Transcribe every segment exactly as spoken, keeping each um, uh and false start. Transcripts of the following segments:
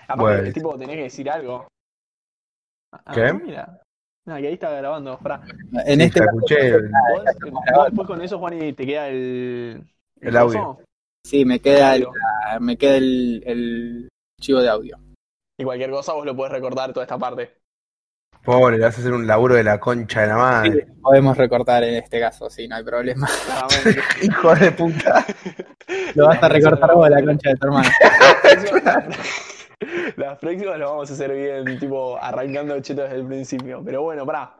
Aparte, Bueno. tipo, tenés que decir algo. Ah, ¿Qué? no, mira. Ah, que ahí está grabando, pará. En Sí, este te caso, escuché el, ¿Vos, vos después con eso, Juan, te queda el... el audio. coso? sí, me queda El el, audio. la- me queda el, el archivo de audio. Y cualquier cosa vos lo podés recordar toda esta parte. Pobre, le vas a hacer un laburo de la concha de la Sí, madre. podemos recortar en este caso, sí, no hay problema. Claramente. Hijo de puta. Lo vas a Las recortar próximas vos, lo la vamos a concha de tu hermano. hacer- las próximas- Las próximas lo vamos a hacer bien, tipo, arrancando cheto desde el principio. Pero bueno, pará.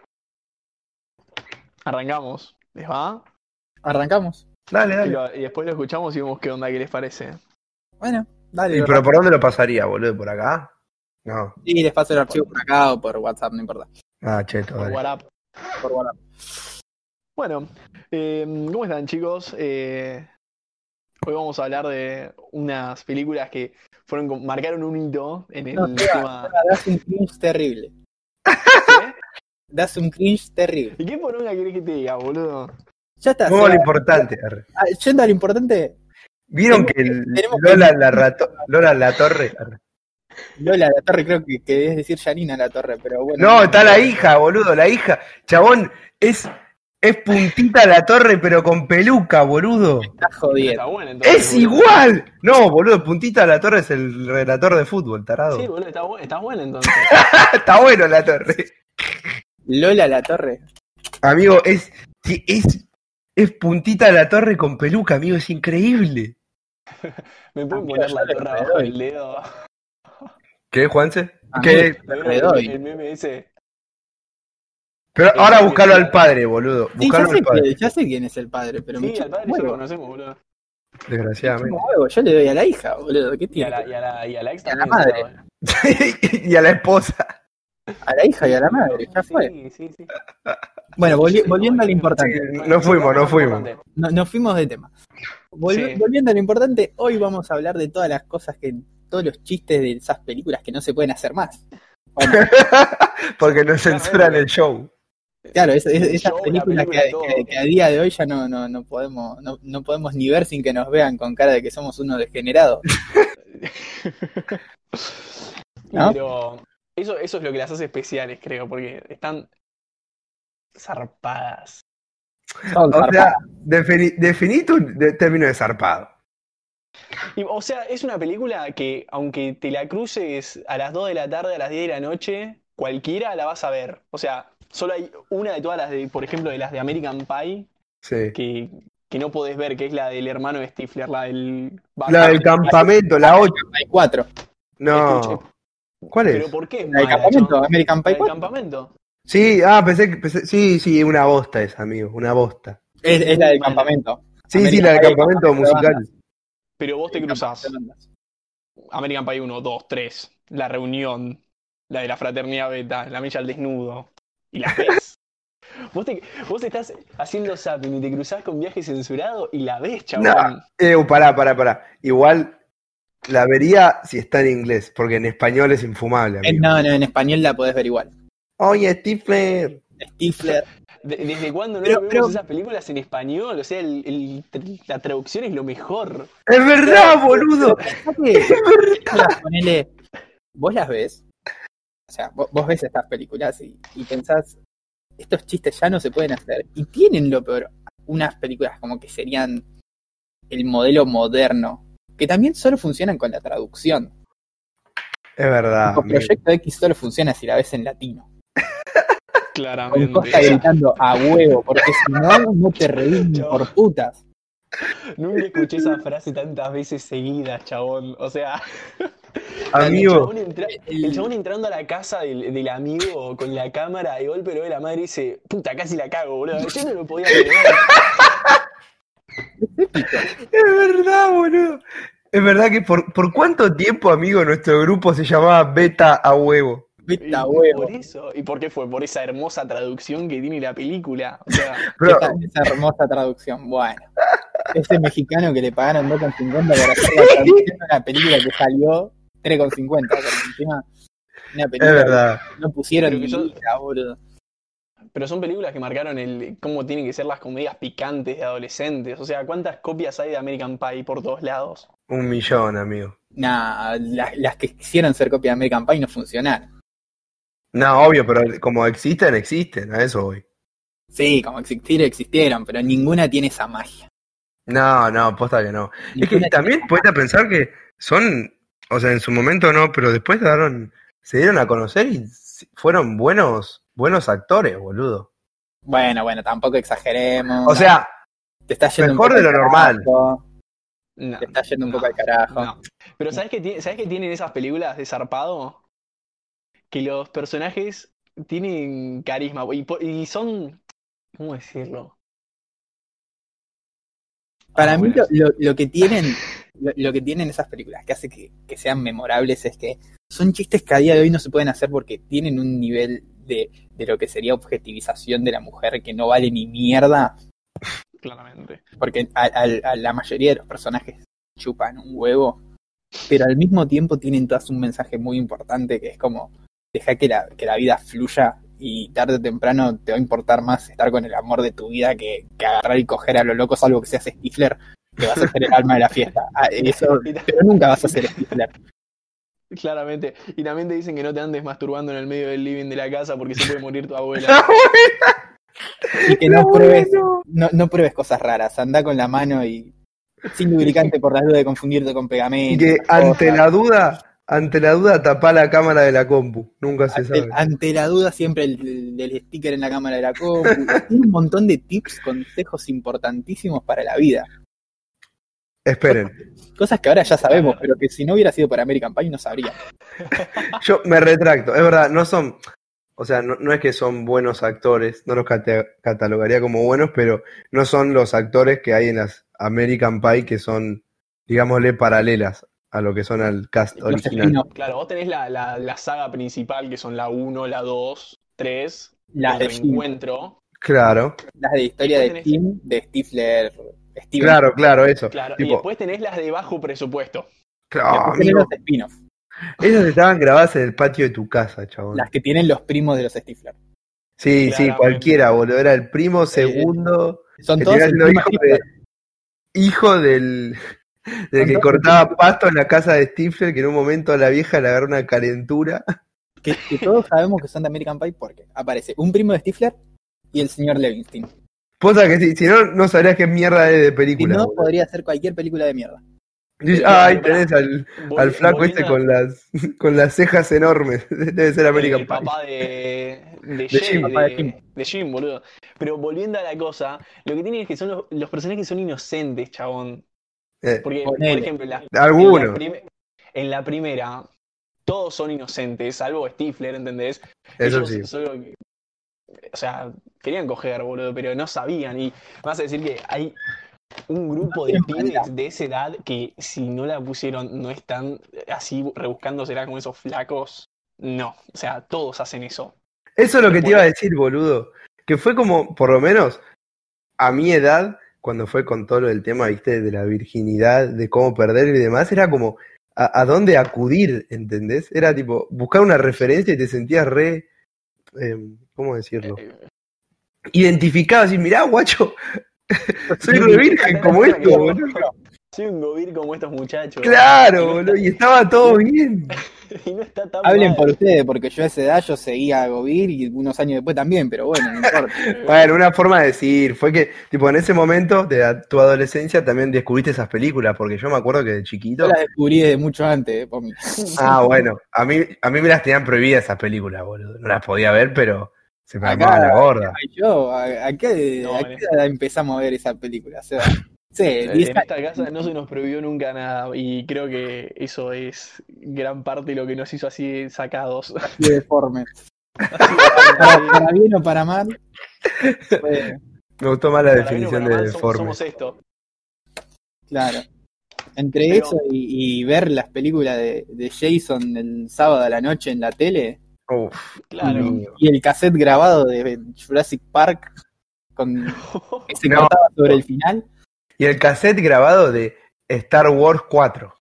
Arrancamos. ¿Les va? Arrancamos. Dale, Y, dale. lo- y después lo escuchamos y vemos qué onda, qué les parece. Bueno, dale. ¿Y lo pero por dónde lo pasaría, boludo? ¿Por acá? No. Sí, les paso el archivo por acá o por WhatsApp, no importa. Ah, cheto, Por dale. WhatsApp. Por WhatsApp. Bueno, eh, ¿cómo están, chicos? Eh, hoy vamos a hablar de unas películas que fueron como- marcaron un hito en el No, Seba, tema. Seba, das un cringe terrible. ¿Qué? Das un cringe terrible. ¿Y qué poronga querés que te diga, boludo? Ya está. Vamos a lo Seba. importante. arre. Ah, yendo a lo importante, ¿Vieron Tenemos que el que- tenemos que- Lola la, rato, Lola la torre? Arre. Lola la Torre, creo que, que debes decir Janina la Torre, pero bueno. No, está la hija, boludo, la hija. Chabón, es, es puntita la torre, pero con peluca, boludo. Está Está jodiendo. bueno, entonces. ¡Es boludo. igual! No, boludo, puntita la torre es el relator de fútbol, tarado. Sí, boludo, está, bu- está bueno entonces. Está bueno la torre. Lola la Torre. Amigo, es, sí, es, es puntita la torre con peluca, amigo, es increíble. ¿Me pueden Amigo, poner yo la le torre doy. abajo del dedo? ¿Qué, Juanse? A ¿Qué? mí le doy. El meme ese. Pero el ahora meme buscalo que- al padre, boludo. Sí, ya Buscalo sé, al padre. que- ya sé quién es el padre, pero me Sí, chupa al padre un ya lo huevo. conocemos, boludo. Desgraciadamente. Chupa un huevo, yo le doy a la hija, boludo. ¿Qué Y a tiene? la, y a la, y a la ex Y a la también. madre. ¿sabes? Y a la esposa. A la hija y a la madre, ya fue. Sí, sí, sí. Bueno, volvi- Sí, volviendo a lo sí, importante. Sí, Bueno, no fuimos, no vamos a lo fuimos. importante. No- nos fuimos de tema. Volvi- Sí. Volviendo a lo importante, hoy vamos a hablar de todas las cosas que, todos los chistes de esas películas que no se pueden hacer más. ¿O no? Porque nos censuran el show. Claro, es- es- El esas show, la películas película, que, todo. que- que a día de hoy ya no, no, no podemos no, no podemos ni ver sin que nos vean con cara de que somos unos degenerados. ¿No? Pero eso, eso es lo que las hace especiales, creo, porque están zarpadas. Son O sea, zarpadas. defini, definí tu de- término de zarpado. Y, o sea, es una película que, aunque te la cruces a las dos de la tarde, a las diez de la noche, cualquiera la vas a ver. O sea, solo hay una de todas las de, por ejemplo, de las de American Pie, Sí. que, que no podés ver, que es la del hermano de Stifler, la del... La del campamento, la ocho. Hay cuatro. No. Escuche, ¿Cuál Pero es? ¿por qué es La del mala, campamento, chabón? American La Pie del cuatro. campamento. Sí, ah, pensé que. pensé- sí, sí, una bosta esa, amigo. Una bosta. Es, es la del Muy mala. campamento. Sí, American sí, la del Pie, campamento de musical. bandas. Pero vos te cruzás De bandas. American Pie uno, dos, tres, La Reunión, la de la Fraternidad Beta, La Milla al Desnudo, y la ves. Vos, te, vos estás haciendo zapping y te cruzás con Viaje Censurado y la ves, chabón. No, eh, pará, pará, pará. Igual la vería si está en inglés, porque en español es infumable, Eh, amigo. No, no, en español la podés ver igual. Oye, Stifler. Stifler. De- ¿Desde cuándo no Pero- vemos pero- esas películas en español? O sea, el, el- la traducción es lo mejor. Es verdad, boludo. Películas, ponele, vos las ves, o sea, vos, vos ves estas películas y, y pensás, estos chistes ya no se pueden hacer. Y tienen lo peor, unas películas como que serían el modelo moderno, que también solo funcionan con la traducción. Es verdad. Tipo, amigo. Proyecto X solo funciona si la ves en latino. Con Claramente. Costa gritando a huevo, porque si no, no te reís ni por putas. Nunca escuché esa frase tantas veces seguidas, chabón. O sea, Amigo. El chabón, entra- el chabón entrando a la casa del, del amigo con la cámara, de golpe lo ve la madre y dice, puta, casi la cago, boludo. Yo no lo podía creer. Es verdad, boludo. Es verdad que por, por cuánto tiempo, amigo, nuestro grupo se llamaba Beta a huevo. Viste a Y huevo. por eso. ¿Y por qué fue? Por esa hermosa traducción que tiene la película. O sea, Pero, Esa, esa hermosa traducción. Bueno, ese mexicano que le pagaron dos con cincuenta por hacer la traducción de una película que salió tres con cincuenta, porque encima una película es verdad. que no pusieron Pero que ni yo- guita, boludo. Pero son películas que marcaron el cómo tienen que ser las comedias picantes de adolescentes. O sea, ¿cuántas copias hay de American Pie por todos lados? Un millón, amigo. Nah, la- las que quisieron ser copia de American Pie no funcionaron. No, obvio, pero como existen, existen, a eso voy. Sí, como existir, existieron, pero ninguna tiene esa magia. No, no, posta que no. Es que Ninguna también tiene- puedes pensar que son, o sea, en su momento no, pero después daron, se dieron a conocer y fueron buenos, buenos actores, boludo. Bueno, bueno, tampoco exageremos. O sea, te está yendo mejor un poco de lo al normal. carajo, No, Te está yendo un no, poco al carajo. no. Pero ¿sabes qué, ti- ¿sabes qué tienen esas películas de zarpado? Que los personajes tienen carisma y, po- y son, ¿cómo decirlo? Para Ah, mí bueno, lo, lo- lo que tienen, lo, lo que tienen esas películas que hace que, que sean memorables es que son chistes que a día de hoy no se pueden hacer porque tienen un nivel de, de lo que sería objetivización de la mujer que no vale ni mierda, claramente. porque a, a- a la mayoría de los personajes chupan un huevo, pero al mismo tiempo tienen todas un mensaje muy importante que es como deja que la, que la vida fluya y tarde o temprano te va a importar más estar con el amor de tu vida que, que agarrar y coger a lo loco, salvo que seas Stifler, que vas a ser el alma de la fiesta. Ah, eso, pero nunca vas a ser Stifler. Claramente. Y también te dicen que no te andes masturbando en el medio del living de la casa porque se puede morir tu abuela. Y que no No, pruebes, bueno. no, no pruebes cosas raras, anda con la mano y sin lubricante por la duda de confundirte con Y pegamento. que esas ante cosas. la duda, ante la duda tapá la cámara de la compu, nunca se Ante, sabe. ante la duda siempre el, el- el sticker en la cámara de la compu. Tiene un montón de tips, consejos importantísimos para la vida. Esperen, Cosas que ahora ya sabemos, pero que si no hubiera sido por American Pie no sabríamos. yo me retracto, es verdad, no son, o sea, no, no es que son buenos actores, no los cate- catalogaría como buenos, pero no son los actores que hay en las American Pie que son, digámosle, paralelas a lo que son al cast Los original. spin-off, Claro, vos tenés la, la, la saga principal que son la uno, la dos, tres, las el de Jim, reencuentro. Claro, las de historia de Después tenés- Tim, de Stifler, Steven. claro, claro, eso. Claro, y Tipo, después tenés las de bajo presupuesto. claro, Después tenés amigo, los spin-off, esas estaban grabadas en el patio de tu casa, chabón. las que tienen los primos de los Stifler. Sí, sí, Claramente. cualquiera, boludo. Era el primo segundo. Son que todos terminó el siendo primo hijo, de- Stifler. hijo del, del Son que todos cortaba el primo pasto en la casa de Stifler, que en un momento a la vieja le agarró una calentura. Que, que todos sabemos que son de American Pie porque aparece un primo de Stifler y el señor Levinstein. Posa que si, si no, no sabrías qué mierda es de Si película. no, boludo. podría ser cualquier película de mierda. Dices, Pero, ay, pero, tenés al, Vol- al flaco volviendo este a- con las, con las cejas enormes. Debe ser American el Pie. papá de, de, De Jim, Jim, papá de de- Jim. de Jim, boludo. Pero volviendo a la cosa, lo que tienen es que son los, los personajes son inocentes, chabón. Eh, Porque, por Ponele. ejemplo, la- Algunos. En la, prim- en la primera, todos son inocentes, salvo Stifler, ¿entendés? Eso Ellos sí. solo, o sea, querían coger, boludo, pero no sabían. Y vas a decir que hay un grupo de tienen pibes maldad. de esa edad que si no la pusieron, no están así rebuscándosela con esos flacos. No, o sea, todos hacen eso. Eso es lo que te Por- iba a decir, boludo. Que fue como, por lo menos, a mi edad, cuando fue con todo lo del tema, viste, de la virginidad, de cómo perder y demás, era como, a, a dónde acudir, ¿entendés? Era tipo, buscar una referencia y te sentías re, eh, ¿cómo decirlo? Eh, Identificado, así, mirá, guacho, soy re virgen como esto, boludo. Soy un gobir como estos muchachos. Claro, Y no boludo, está- y estaba todo bien. Y no está tan Hablen mal. por ustedes, porque yo a esa edad yo seguía a Govir y unos años después también, pero bueno, no importa. Bueno, una forma de decir, fue que, tipo, en ese momento de a- tu adolescencia también descubriste esas películas, porque yo me acuerdo que de chiquito... Yo las descubrí desde mucho antes, eh, por mí. Ah, bueno, a mí, a mí me las tenían prohibidas esas películas, boludo. No las podía ver, pero se me armaba Acá, la gorda. Ay, yo, ¿a, a qué, No, a en qué esa- edad empezamos a ver esa película? O sea, sí, En diez esta casa no se nos prohibió nunca nada y creo que eso es gran parte de lo que nos hizo así sacados. años deforme. Así Para, de- para bien o para mal. fue- Me gustó más la para bien o definición para de mal, somos, deforme. somos esto. claro. Entre Pero- eso y, y ver las películas de, de Jason el sábado a la noche en la tele Uf, Claro. amigo. y el cassette grabado de Jurassic Park con que se No. cortaba sobre el final. Y el cassette grabado de Star Wars cuatro.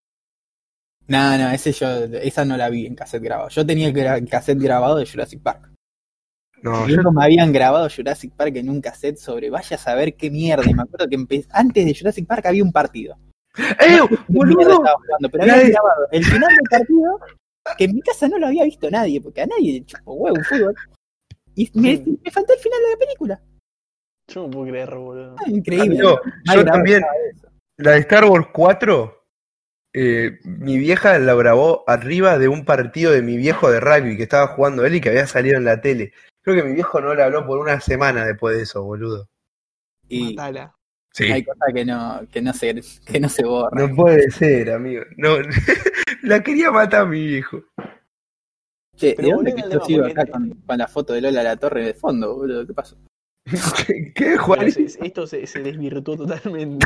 No, no, ese yo, esa no la vi en cassette grabado. Yo tenía el, gra- el cassette grabado de Jurassic Park. No, Y yo, me habían grabado Jurassic Park en un cassette sobre vaya a saber qué mierda. Y me acuerdo que empe- antes de Jurassic Park había un partido. ¡Eh, No sé qué mierda boludo! estaba jugando, pero La habían de- grabado el final del partido que en mi casa no lo había visto nadie, porque a nadie le chupó huevo un fútbol. Y me, Sí. me faltó el final de la película. Yo no puedo creer, boludo. Ah, increíble. Amigo, Mal yo grabado también, estaba eso. la de Star Wars cuatro, eh, mi vieja la grabó arriba de un partido de mi viejo de rugby que estaba jugando él y que había salido en la tele. Creo que mi viejo no le habló por una semana después de eso, boludo. Y Matala. Sí. hay cosas que no, que no se, que no se borran. No puede ser, amigo. No, la quería matar a mi viejo. Che, Pero ¿de dónde volviendo que al yo tema, sigo porque- acá con, con la foto de Lola La Torre de fondo, boludo? ¿Qué pasó? ¿Qué, qué, Pero Juan? se- se- esto se, se desvirtuó totalmente.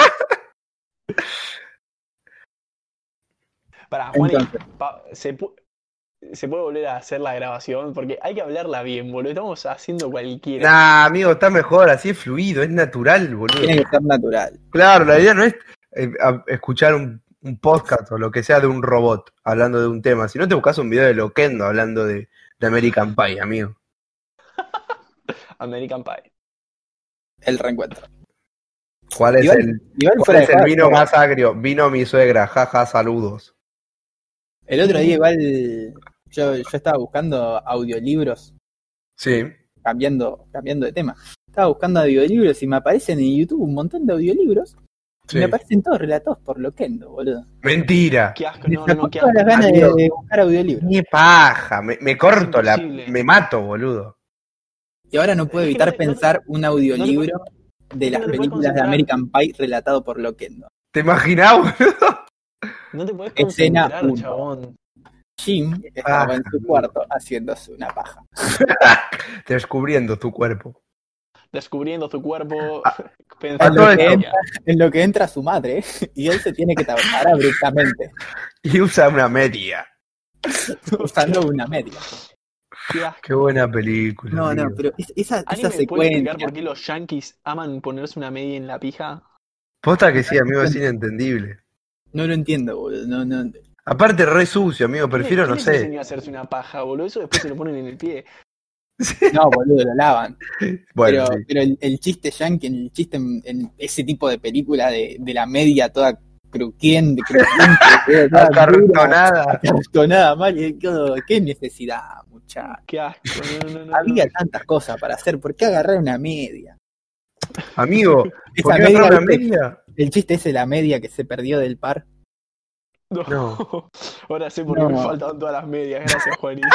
Pará, Juani, Entonces, pa- se, pu- se puede volver a hacer la grabación porque hay que hablarla bien, boludo. Estamos haciendo cualquiera. Nah, amigo, está mejor, así es fluido, es natural, boludo. tiene que ser natural. Claro, la idea no es eh, a- escuchar un, un podcast o lo que sea de un robot hablando de un tema. Si no te buscas un video de Loquendo hablando de, de American Pie, amigo. American Pie. El reencuentro. ¿Cuál es Igual- el, igual cuál fuera es de el joda, vino yo- más agrio? Vino mi suegra, jaja, saludos. El otro día igual yo, yo estaba buscando audiolibros, Sí. cambiando, cambiando de tema. Estaba buscando audiolibros y me aparecen en YouTube un montón de audiolibros. sí. Y me aparecen todos relatados por Loquendo, boludo. Mentira. Qué asco, Me no, no, sacó no, qué todas asco. las ganas de, Amigo. de buscar audiolibros. Qué paja. Me, me corto la. imposible. Me mato, boludo. Y ahora no puedo Es que evitar no te- no te- pensar un audiolibro de que las no te podés películas de concentrar. American Pie relatado por Loquendo. ¿Te imaginás, boludo? No te podés Escena concentrar, uno. chabón. Jim estaba Ah, en su boludo. cuarto haciéndose una paja. Descubriendo tu cuerpo. Descubriendo tu cuerpo, Ah, pensando a todo en esto. ella. En lo que entra su madre y él se tiene que tapar abruptamente Y usa una media. usando una media. Qué asco. Qué buena película. No, no, amigo. pero es- esa, ¿Alguien esa me puede explicar secuencia. por qué los yankees aman ponerse una media en la pija? Posta que sí, amigo, es inentendible. No lo entiendo, boludo. No, no. Aparte, re sucio, amigo. Prefiero, ¿Quién no les sé. enseñó a hacerse una paja, boludo? Eso después se lo ponen en el pie. No, boludo, lo lavan. Bueno, pero sí. pero el, el chiste yankee, el chiste en, en ese tipo de película de, de la media toda crujiente, crujiente, toda dura, Acartonada. acartonada mal. y todo, qué necesidad, muchacho. Qué asco. No, no, no, no. Había tantas cosas para hacer. ¿Por qué agarrar una media? Amigo, Esa ¿por qué media, agarrar una ¿viste? media? El chiste ese de la media que se perdió del par. No. No. Ahora sé por No. qué me faltaban todas las medias. Gracias, Juanito.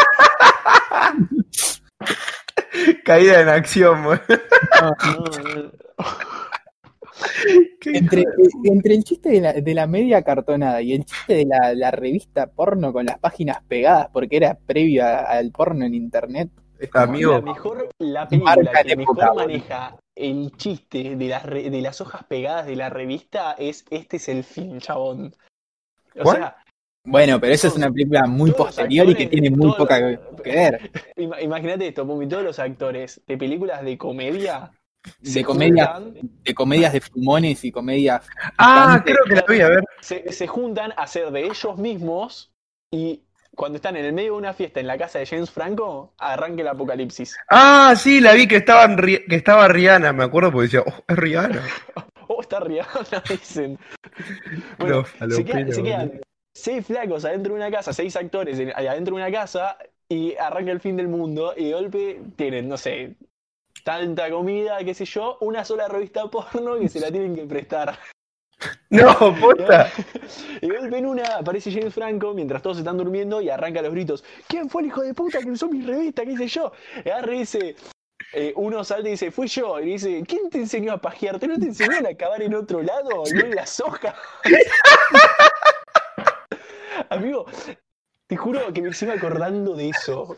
Caída en acción, boludo. No, no, no. Qué Entre, hijo de- entre el chiste de la, de la media cartonada y el chiste de la, la revista porno con las páginas pegadas porque era previo a- al porno en internet. es como- Amigo. La mejor, la película Marca que de mejor época, boludo. maneja el chiste de las, re- de las hojas pegadas de la revista es Este es el fin, chabón. O ¿Cuál? sea, Bueno, pero eso es Todos- una película muy todos los posterior y que actores, tiene muy todos poca los- que ver. ima- imagínate esto, Pumi, todos los actores de películas de comedia De se comedia, juntan, de comedias de fumones y comedias. Ah, picantes. creo que la vi, a ver. se, se juntan a hacer de ellos mismos y cuando están en el medio de una fiesta en la casa de James Franco, arranca el apocalipsis. Ah, sí, la vi que, estaban, Ri- que estaba Rihanna, me acuerdo porque decía, oh, es Rihanna. Oh, está Rihanna, dicen. Bueno, No, falopero, se, quedan, se boludo. quedan seis flacos adentro de una casa, seis actores en- adentro de una casa y arranca el fin del mundo y de golpe tienen, no sé, tanta comida, qué sé yo, una sola revista porno que se la tienen que prestar. No, posta. Y de golpe en una aparece James Franco mientras todos están durmiendo y arranca los gritos. ¿Quién fue el hijo de puta que usó mi revista? ¿Qué hice yo? Y agarra y dice, eh, uno salta y dice, fui yo. Y le dice, ¿quién te enseñó a pajearte? ¿No te enseñó a acabar en otro lado? No en las hojas. Amigo, te juro que me sigo acordando de eso.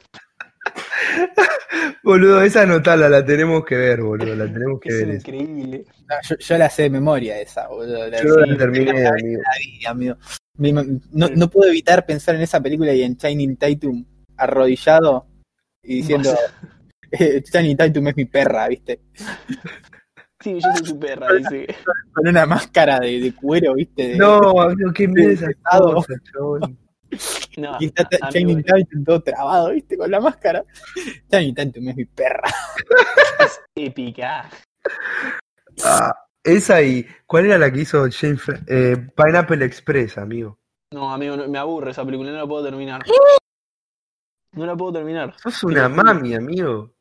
Boludo, esa notala la tenemos que ver, boludo, la tenemos que Es ver. esa. increíble. No, yo, yo la sé de memoria esa, boludo. La, Yo no sí, la terminé, la- amigo. la vi, amigo. Me- no, no puedo evitar pensar en esa película y en Channing Tatum arrodillado y diciendo eh, Channing Tatum es mi perra, ¿viste? Sí, yo soy su perra, dice. Con una máscara de, de cuero, ¿viste? De- No, amigo, qué miedo esas pesado. cosas, chabón. No, Y está a- Channing amigo, Tatum todo trabado, ¿viste? Con la máscara. Channing Tatum es mi perra. es épica. Ah, esa y. ¿Cuál era la que hizo James Fra- eh, Pineapple Express, amigo? No, amigo, no- me aburre esa película, no la puedo terminar. No la puedo terminar. Sos te una lo juro. mami, amigo.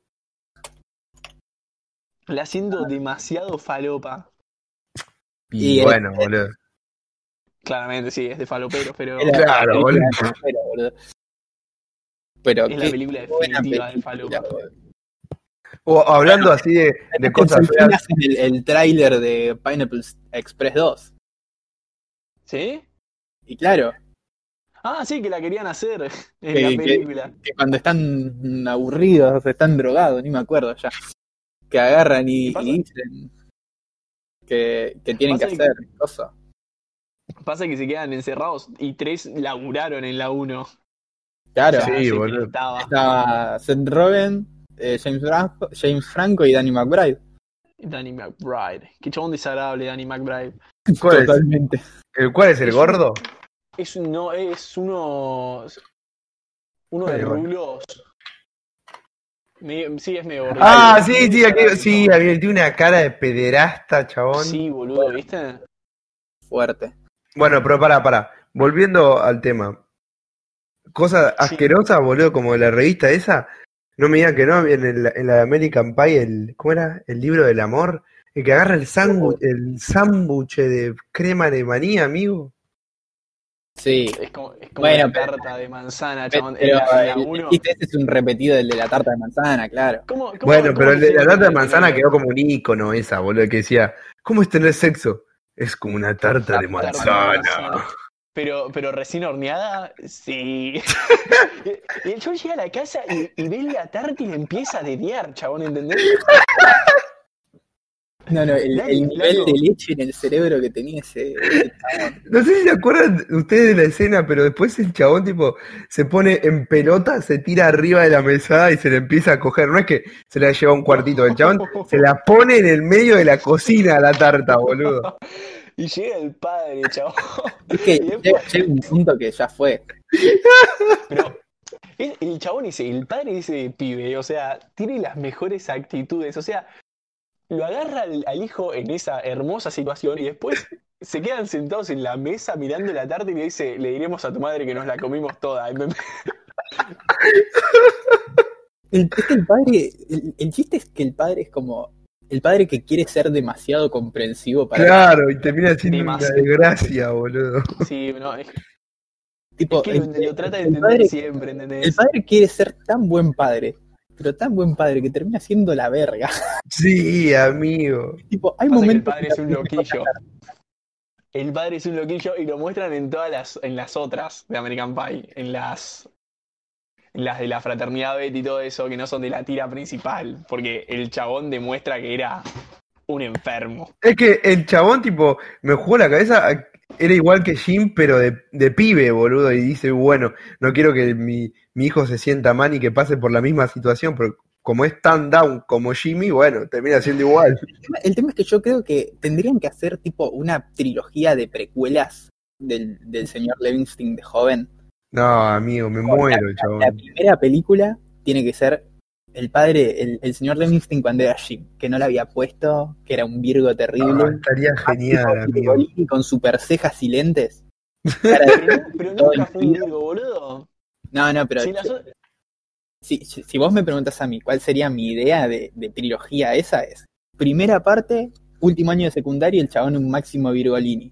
La siento demasiado falopa. Y Y es, bueno, boludo. Claramente sí, es de faloperos, pero es la, Claro, la película boludo. de Pero, boludo. Pero es la qué película buena definitiva de película, falopa. boludo. O hablando así de, de cosas Pensé que feas. hacen el, el tráiler de Pineapple Express dos. ¿Sí? Y claro, Ah, sí, que la querían hacer en que, la que- película. que cuando están aburridos, están drogados, ni me acuerdo ya. Que agarran y, ¿Qué pasa? y dicen que, que tienen que Pasa que- hacer cosas. Pasa que se quedan encerrados y tres laburaron en la uno. Claro, Ya Sí, se boludo. estaba. estaba Seth Rogen, eh, James, Franco, James Franco y Danny McBride. Danny McBride. Qué chabón desagradable, Danny McBride. ¿Cuál es? Totalmente. ¿El cuál es el Es gordo? Es un- no, es uno. Uno de Vale, vale. rulos. Me- sí, es medio gordito. Ah, Es sí, muy sí, aquí, desagradable, sí, chabón. había- tiene una cara de pederasta, chabón. Sí, boludo, ¿viste? Fuerte. Bueno, pero pará, pará. Volviendo al tema. Cosa Sí. asquerosa, boludo, como la revista esa. No me digan que no, en, el, en la American Pie, el, ¿cómo era? El libro del amor. El que agarra el sándwich, el sándwich de crema de maní, amigo. Sí. Es como, es como Bueno, una pero- tarta de manzana, Pero chabón. En la, en la el, el uno. chiste ese es un repetido del de la tarta de manzana, claro. ¿Cómo- cómo- Bueno, cómo pero el se de la siente tarta de tener- manzana quedó como un ícono esa, boludo, que decía, ¿cómo es tener sexo? Es como una tarta de tarta de manzana. manzana? Pero, pero recién horneada, sí. Y el chabón llega a la casa y, y ve la tarta y le empieza a dediar, chabón, ¿entendés? No, no, el, Loco, el nivel loco. de leche en el cerebro que tenía ese, ese chabón. No sé si se acuerdan ustedes de la escena, pero después el chabón tipo se pone en pelota, se tira arriba de la mesada y se le empieza a coger. No es que se la lleva a un cuartito, el chabón se la pone en el medio de la cocina a la tarta, boludo. Y llega el padre, chabón. Es que Y llega, después- llega un punto que ya fue. Pero el, el chabón ese, el padre de ese pibe, o sea, tiene las mejores actitudes. O sea, lo agarra al, al hijo en esa hermosa situación y después se quedan sentados en la mesa mirando la tarta y le dice, le diremos a tu madre que nos la comimos toda. ¿Entendés? El, es que el padre, el, el chiste es que el padre es como el padre que quiere ser demasiado comprensivo para Claro, y termina siendo una Demasiado. desgracia, boludo. Sí, no, es, tipo, es que lo, el, lo trata de el entender padre, siempre, ¿entendés? el padre quiere ser tan buen padre, pero tan buen padre que termina siendo la verga. Sí, amigo. Tipo, hay Pasa que el momentos padre que es un la- loquillo. El padre es un loquillo y lo muestran en todas las, en las otras de American Pie, en las, en las de la fraternidad Betty y todo eso, que no son de la tira principal, porque el chabón demuestra que era un enfermo. Es que el chabón, tipo, me jugó la cabeza, era igual que Jim, pero de, de pibe, boludo, y dice, bueno, no quiero que mi, mi hijo se sienta mal y que pase por la misma situación, pero como es tan down como Jimmy, bueno, termina siendo igual. El tema, el tema es que yo creo que tendrían que hacer tipo una trilogía de precuelas del, del señor Levinstein de joven. No, amigo, me muero, La chabón. primera película tiene que ser el padre, el, el señor Levinstein cuando era Jim, que no la había puesto, que era un virgo terrible. Ah, estaría genial, Tipo, amigo. Virgolini con super cejas y lentes. Cara de- Pero, no- pero Todo nunca fue un incluido. virgo, boludo. No, no, pero Si las o- si, si, si vos me preguntas a mí cuál sería mi idea de, de trilogía, esa es: primera parte, último año de secundaria, el chabón un Máximo Virgolini.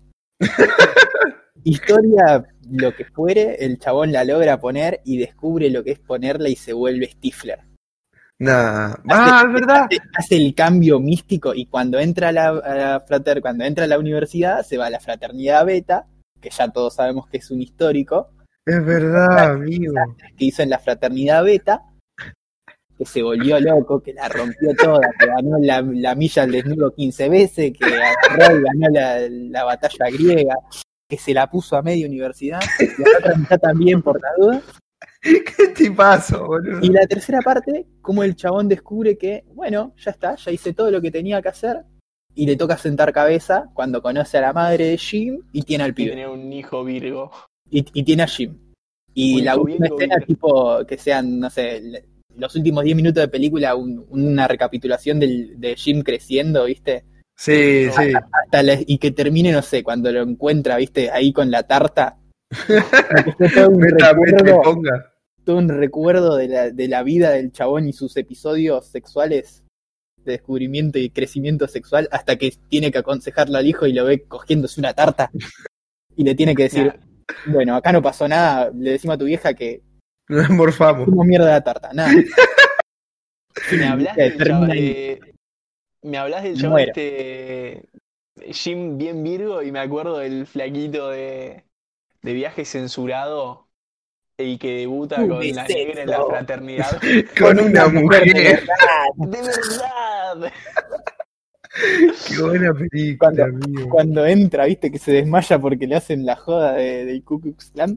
Historia, lo que fuere, el chabón la logra poner y descubre lo que es ponerla y se vuelve Stifler. Nah. Ah, es verdad. Hace, hace el cambio místico y cuando entra a la, a la frater, cuando entra a la universidad se va a la fraternidad Beta, que ya todos sabemos que es un histórico, Es verdad, amigo. que hizo en la fraternidad Beta, que se volvió loco, que la rompió toda, que ganó la, la milla al desnudo quince veces, que agarró y ganó la, la batalla griega, que se la puso a media universidad, y la otra mitad también por la duda. ¿Qué tipazo, boludo? Y la tercera parte, como el chabón descubre que, bueno, ya está, ya hice todo lo que tenía que hacer, y le toca sentar cabeza cuando conoce a la madre de Jim y tiene al y pibe. tenía un hijo virgo. Y, y tiene a Jim. Y Un la hijo última bien escena, gobierno. tipo, que sean, no sé, le- los últimos diez minutos de película, un- una recapitulación del, de Jim creciendo, ¿viste? Sí, Oh, sí. Hasta la- y que termine, no sé, cuando lo encuentra, ¿viste? Ahí con la tarta. Como que fue todo un Meta, meta, recuerdo, ponga. todo un recuerdo de la, de la vida del chabón y sus episodios sexuales de descubrimiento y crecimiento sexual, hasta que tiene que aconsejarle al hijo y lo ve cogiéndose una tarta y le tiene que decir, nah, bueno, acá no pasó nada, le decimos a tu vieja que Nos morfamos. como mierda la tarta, nada. me hablas Eh, del chavo, termina ahí, de, me hablas del me chavo muero. este Jim bien Virgo y me acuerdo del flaquito de, de Viaje Censurado y que debuta Tuve con la negra en la sexo fraternidad. Con una mujer. de verdad. ¡De verdad! Qué buena película, Cuando, amigo. cuando entra, viste, que se desmaya porque le hacen la joda de, del Ku Klux Klan.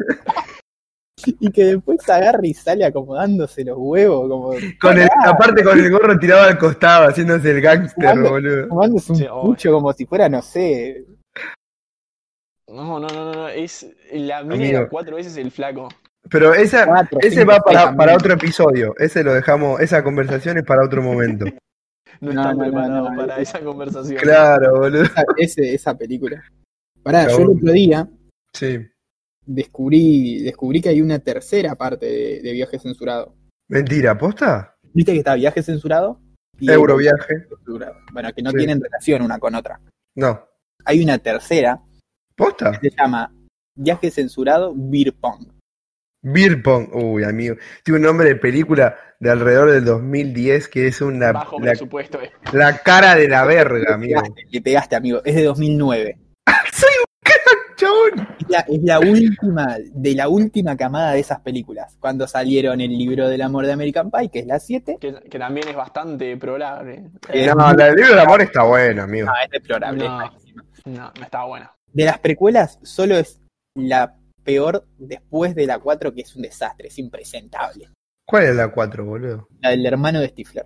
Y que después agarra y sale acomodándose los huevos, como Con el, aparte con el gorro tirado al costado, haciéndose el gángster, Fumando- boludo. fumándose un Sí, oh. pucho como si fuera, no sé. No, no, no, no, no, es la mina Amigo. era cuatro veces el flaco. Pero esa, Cuatro, ese cinco, va seis para, también. para otro episodio. Ese lo dejamos, esa conversación es para otro momento. No, No, están no, no, preparados no, para es- esa conversación. Claro, boludo. Esa, ese- esa película. Pará, yo el Chabón. otro día Sí. descubrí, descubrí que hay una tercera parte de, de Viaje Censurado. Mentira, ¿posta? ¿Viste que está Viaje Censurado? Y Euroviaje. Censurado. Bueno, que no Sí. tienen relación una con otra. No. Hay una tercera ¿Posta? que se llama Viaje Censurado Beer Pong. Beer Pong. Uy, amigo. Tiene un nombre de película de alrededor del dos mil diez que es una Bajo la, presupuesto. eh. la cara de la verga, amigo. Le pegaste, le pegaste, amigo. Es de dos mil nueve. Soy un crack, chabón. Es la, es la última, de la última camada de esas películas. Cuando salieron El libro del amor de American Pie, que es la siete. Que, que también es bastante probable. Eh, No, la del libro del amor está buena, amigo. No, es deplorable. No. es malísima. No, no estaba buena. De las precuelas, solo es la peor después de la cuatro, que es un desastre, es impresentable. ¿Cuál es la cuatro, boludo? La del hermano de Stifler.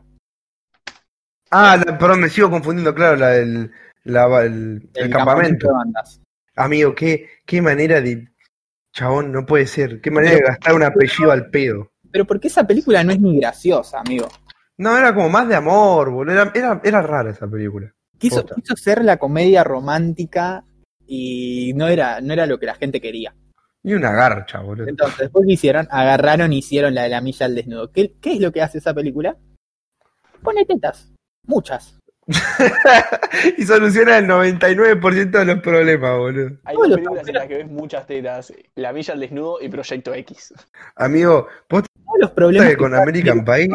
Ah, la- perdón, me sigo confundiendo, claro, la del la- el, el campamento. de bandas. Amigo, qué, qué manera de... Chabón, no puede ser. Qué manera de gastar un apellido al pedo. Pero porque esa película no es ni graciosa, amigo. No, era como más de amor, boludo. Era, era, era rara esa película. Quiso, Posta. quiso ser la comedia romántica y no era, no era lo que la gente quería. Y una garcha, boludo. Entonces, después que hicieron, agarraron y hicieron la de la milla al desnudo. ¿Qué, qué es lo que hace esa película? Pone tetas. Muchas. Y soluciona el noventa y nueve por ciento de los problemas, boludo. Hay Todos dos los películas en las que ves muchas tetas. La Milla al desnudo y Proyecto X. Amigo, ¿vos Todos los te problemas que con pueda American Pie?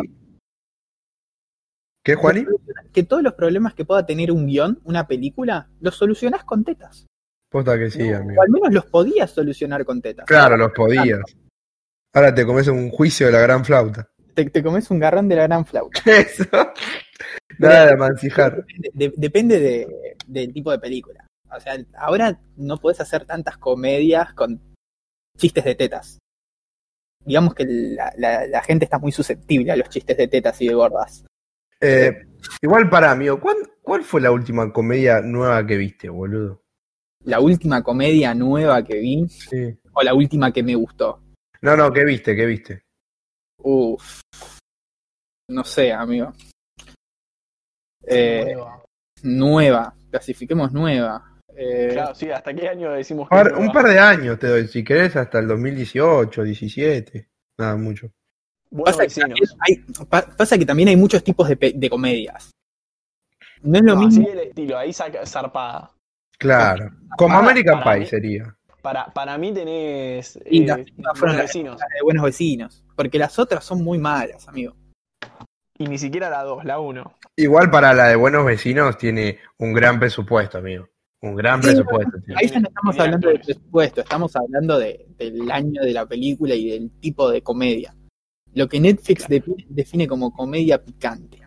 ¿Qué, Juani? tener- que todos los problemas que pueda tener un guión, una película, los solucionás con tetas. Posta que sí, No. amigo. O al menos los podías solucionar con tetas. Claro, los podías. Ahora te comes un juicio de la gran flauta. Te, te comes un garrón de la gran flauta. Eso. Nada de amancijar. Depende, de- depende de- del tipo de película. O sea, ahora no podés hacer tantas comedias con chistes de tetas. Digamos que la, la- la gente está muy susceptible a los chistes de tetas y de gordas. Eh, igual para, amigo, ¿cuál, ¿cuál fue la última comedia nueva que viste, boludo? La última comedia nueva que vi, Sí. o la última que me gustó. No, no, ¿qué viste? ¿Qué viste? Uff. No sé, amigo. Eh, Nueva. nueva. Clasifiquemos nueva. Eh, Claro, sí, ¿hasta qué año decimos que A ver, nueva? un par de años te doy, si querés, hasta el dos mil dieciocho, diecisiete. Nada, mucho. Buenos pasa, que vecinos. también hay, pa- pasa que también hay muchos tipos de, pe- de comedias. No es lo No, mismo. así el estilo, ahí saca zarpada. Claro. Como Para- American para Pie mí- sería. Para, para mí tenés Y eh, las últimas Buenos fueron las vecinos. las de Buenos Vecinos. Porque las otras son muy malas, amigo. Y ni siquiera la dos, la uno. Igual para la de Buenos Vecinos tiene un gran presupuesto, amigo. Un gran Sí, presupuesto. tiene. Ahí ya no estamos Tiene hablando de actores. presupuesto, estamos hablando de, del año de la película y del tipo de comedia. Lo que Netflix define, define como comedia picante.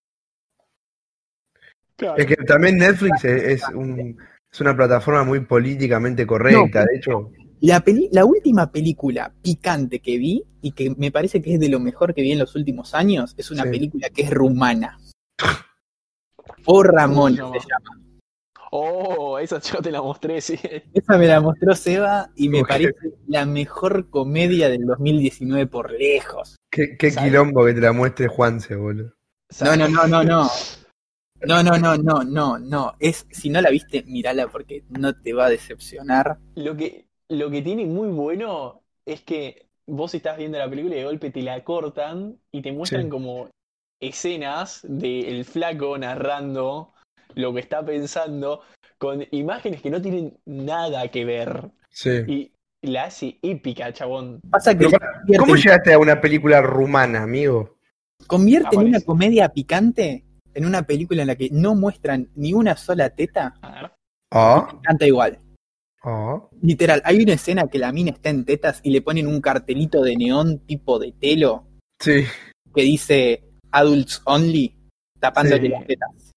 Claro. Es que también Netflix es, es un, es una plataforma muy políticamente correcta. No, de hecho, La, peli- la última película picante que vi, y que me parece que es de lo mejor que vi en los últimos años, es una Sí. película que es rumana. O Ramón ¿Cómo se se llama. Oh, esa yo te la mostré, sí. Esa me la mostró Seba y me Ok. parece la mejor comedia del dos mil diecinueve por lejos. Qué, qué ¿Sabes? quilombo que te la muestre Juanse, boludo. No, no, no, no, no. No, no, no, no, no, no. Es, si no la viste, mírala porque no te va a decepcionar. Lo que, lo que tiene muy bueno es que vos estás viendo la película y de golpe te la cortan y te muestran Sí, como escenas del flaco narrando lo que está pensando con imágenes que no tienen nada que ver. sí. Y la hace épica, chabón. Pasa que Pero la pará, convierte, ¿cómo en- llegaste a una película rumana, amigo? convierte en una Aparece. comedia picante, en una película en la que no muestran ni una sola teta, A ver. Ah, canta igual. ah. Literal, hay una escena que la mina está en tetas y le ponen un cartelito de neón tipo de telo Sí. que dice Adults Only, tapándole Sí. las tetas.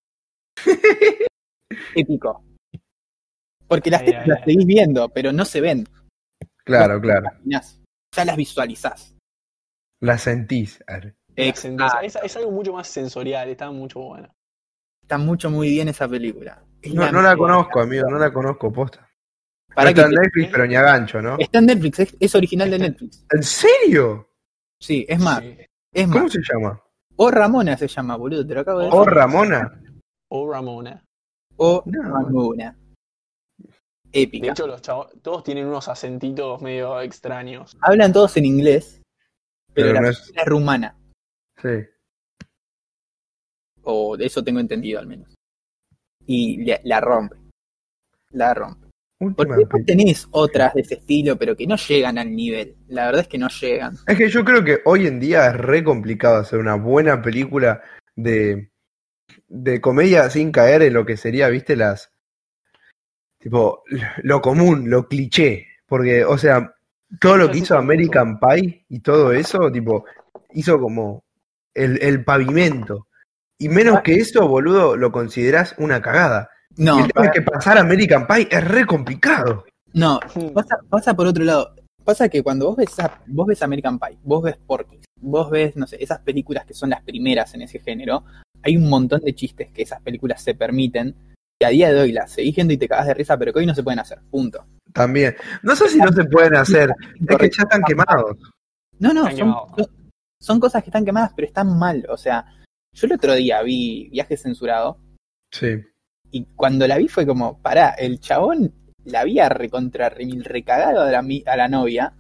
Épico. Porque las Ay, tetas ay, las ay. seguís viendo, pero no se ven. Claro, Vos te claro. imaginás, ya las visualizás. La sentís. Ar. La sentencia. Exacto. Es, es algo mucho más sensorial, está mucho bueno. Está mucho muy bien esa película. Es No, la no la mejor. conozco, amigo, no la conozco, posta. No Para está que en Netflix, pero ni a gancho, ¿no? está en Netflix, es, es original de Está- Netflix. ¿En serio? Sí, es más, Sí. es ¿Cómo más. se llama? O Ramona se llama, boludo, te lo acabo de ¿O decir. Ramona? O Ramona. O No. Ramona. De Épica. hecho, los chavos, todos tienen unos acentitos medio extraños. Hablan todos en inglés, pero, Pero la no es- película es rumana. Sí. O de eso tengo entendido al menos. Y la, la rompe. La rompe. Porque Última después película. tenés otras de ese estilo, pero que no llegan al nivel. La verdad es que no llegan. Es que yo creo que hoy en día es re complicado hacer una buena película de, de comedia sin caer en lo que sería, viste, las... Tipo, lo común, lo cliché. Porque, o sea, todo lo Ya que se hizo hizo American Pie y todo eso, tipo, hizo como el, el pavimento. Y menos que eso, boludo, lo considerás una cagada. Y No, el tema es que pasar American Pie es re complicado. no, Hmm. pasa, pasa por otro lado. Pasa que cuando vos ves, a- vos ves American Pie, vos ves Porky, vos ves, no sé, esas películas que son las primeras en ese género, hay un montón de chistes que esas películas se permiten, que a día de hoy las seguís viendo y te cagás de risa, pero que hoy no se pueden hacer, punto. También. No sé si no se pueden hacer. Es que ya están quemados. No, no, Están son, quemados. son- son cosas que están quemadas, pero están mal. O sea, yo el otro día vi Viaje Censurado Sí. y cuando la vi fue como, pará, el chabón la había recontra remil recagado a la, mi- a la novia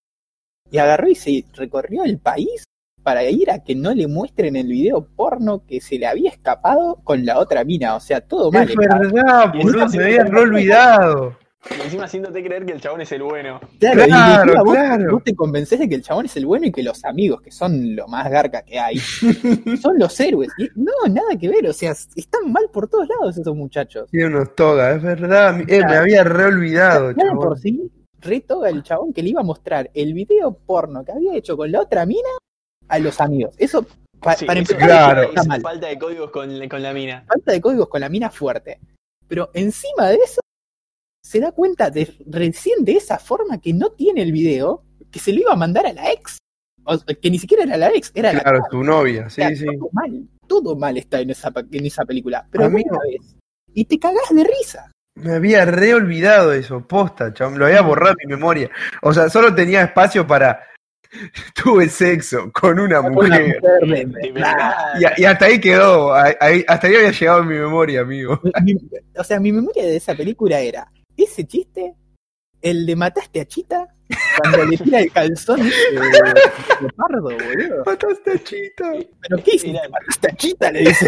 y agarró y se recorrió el país para ir a que no le muestren el video porno que se le había escapado con la otra mina. O sea, todo mal. Es verdad, Y boludo, encima me había re olvidado. Y encima haciéndote creer que el chabón es el bueno. Claro, y Claro, encima vos, claro. vos te convencés de que el chabón es el bueno y que los amigos, que son lo más garca que hay, son los héroes. Y no, nada que ver, o sea, están mal por todos lados esos muchachos. Tiene unos togas, es verdad. Eh, me había re olvidado, Ya de por chabón. sí, retoga el chabón que le iba a mostrar el video porno que había hecho con la otra mina a los amigos. Eso, pa- Sí, para eso- empezar, claro. está es mal. falta de códigos con, con la mina. Falta de códigos con la mina fuerte. Pero encima de eso, se da cuenta de recién de esa forma que no tiene el video, que se lo iba a mandar a la ex. O, que ni siquiera era la ex, era la Claro, su novia, O sea, sí, sí. todo mal, todo mal está en esa, pa- en esa película. Pero vos Amigo. la ves y te cagás de risa. Me había re olvidado eso, posta, chabón. Lo había borrado de mi memoria. O sea, solo tenía espacio para. Tuve sexo con una Una mujer. mujer de De verdad. verdad. Y, y hasta ahí quedó. ahí- ahí- hasta ahí había llegado en mi memoria, amigo. Mi- o sea, mi memoria de esa película era ese chiste, el de mataste a Chita, cuando le tira el calzón ese de, de pardo, boludo. Mataste a Chita. ¿Pero qué hiciste? Era- Mataste a Chita, le dice.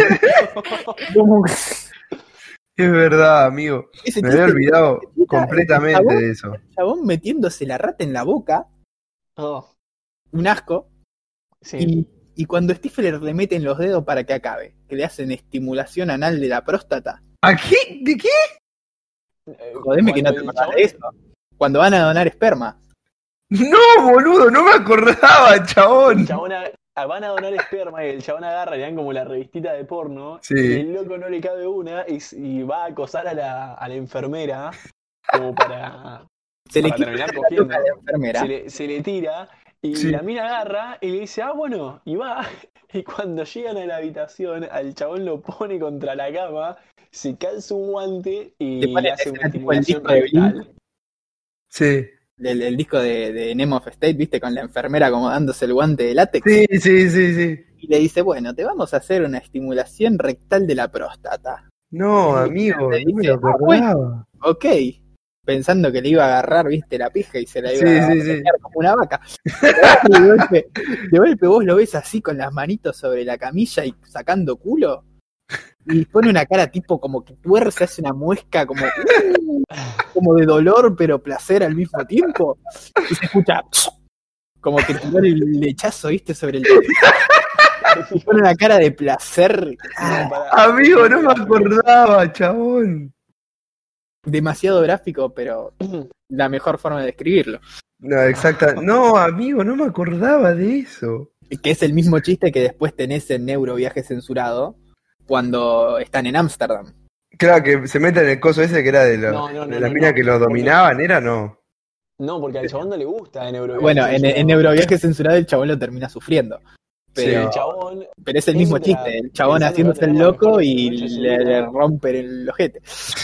Como que Es verdad, amigo. ese Me había chiste, olvidado Chita, completamente el chabón- de eso. el chabón metiéndose la rata en la boca, Oh, un asco. sí. Y, y cuando Stifler le meten los dedos para que acabe, que le hacen estimulación anal de la próstata. ¿A qué? ¿De qué? Eh, Jodeme que no te cuando el acordás chabón- de eso. Cuando van a donar esperma. No, boludo, no me acordaba, El chabón. chabón a- a- van a donar esperma y el chabón agarra y le dan como la revistita de porno. Sí. Y el loco no le cabe una y, s- y va a acosar a la, a la enfermera como para, Se le para quita terminar la cogiendo. toca a la enfermera. Se le, se le tira Y Sí. la mina agarra y le dice, ah, bueno, y va. Y cuando llegan a la habitación, al chabón lo pone contra la cama, se calza un guante Te y ponen le la hace una escena tipo el estimulación disco de Blink, rectal. Sí. el, el disco de, de Name of State, ¿viste? Con la enfermera acomodándose el guante de látex. Sí, sí, sí, sí. Y le dice, bueno, te vamos a hacer una estimulación rectal de la próstata. No, Y amigo, le no me dice, lo ah, bueno, acordaba. ok. Pensando que le iba a agarrar, viste, la pija y se la iba Sí, a sí, sí. meter como una vaca. De golpe, de golpe vos lo ves así con las manitos sobre la camilla y sacando culo. Y pone una cara tipo como que tuerce, hace una muesca como, uh, como de dolor pero placer al mismo tiempo. Y se escucha como que tiró el lechazo, viste, sobre el y pone una cara de placer. Ah, No, pará. Amigo, no me acordaba, chabón. demasiado gráfico, pero la mejor forma de describirlo. No, exacta. No, amigo, no me acordaba de eso. Que es el mismo chiste que después tenés en Neuroviaje Censurado cuando están en Ámsterdam. Claro, que se mete en el coso ese que era de, lo- No, no, no, de las no, minas no. que los Porque- dominaban, ¿era? No. No, porque al chabón no le gusta en Eurovision. Bueno, en, en Neuroviaje Censurado el chabón lo termina sufriendo. Pero, El chabón pero es el mismo entra chiste, el chabón pensando que va a haciéndose el tener la loco mejor y noche de su le, vida. le rompen el ojete.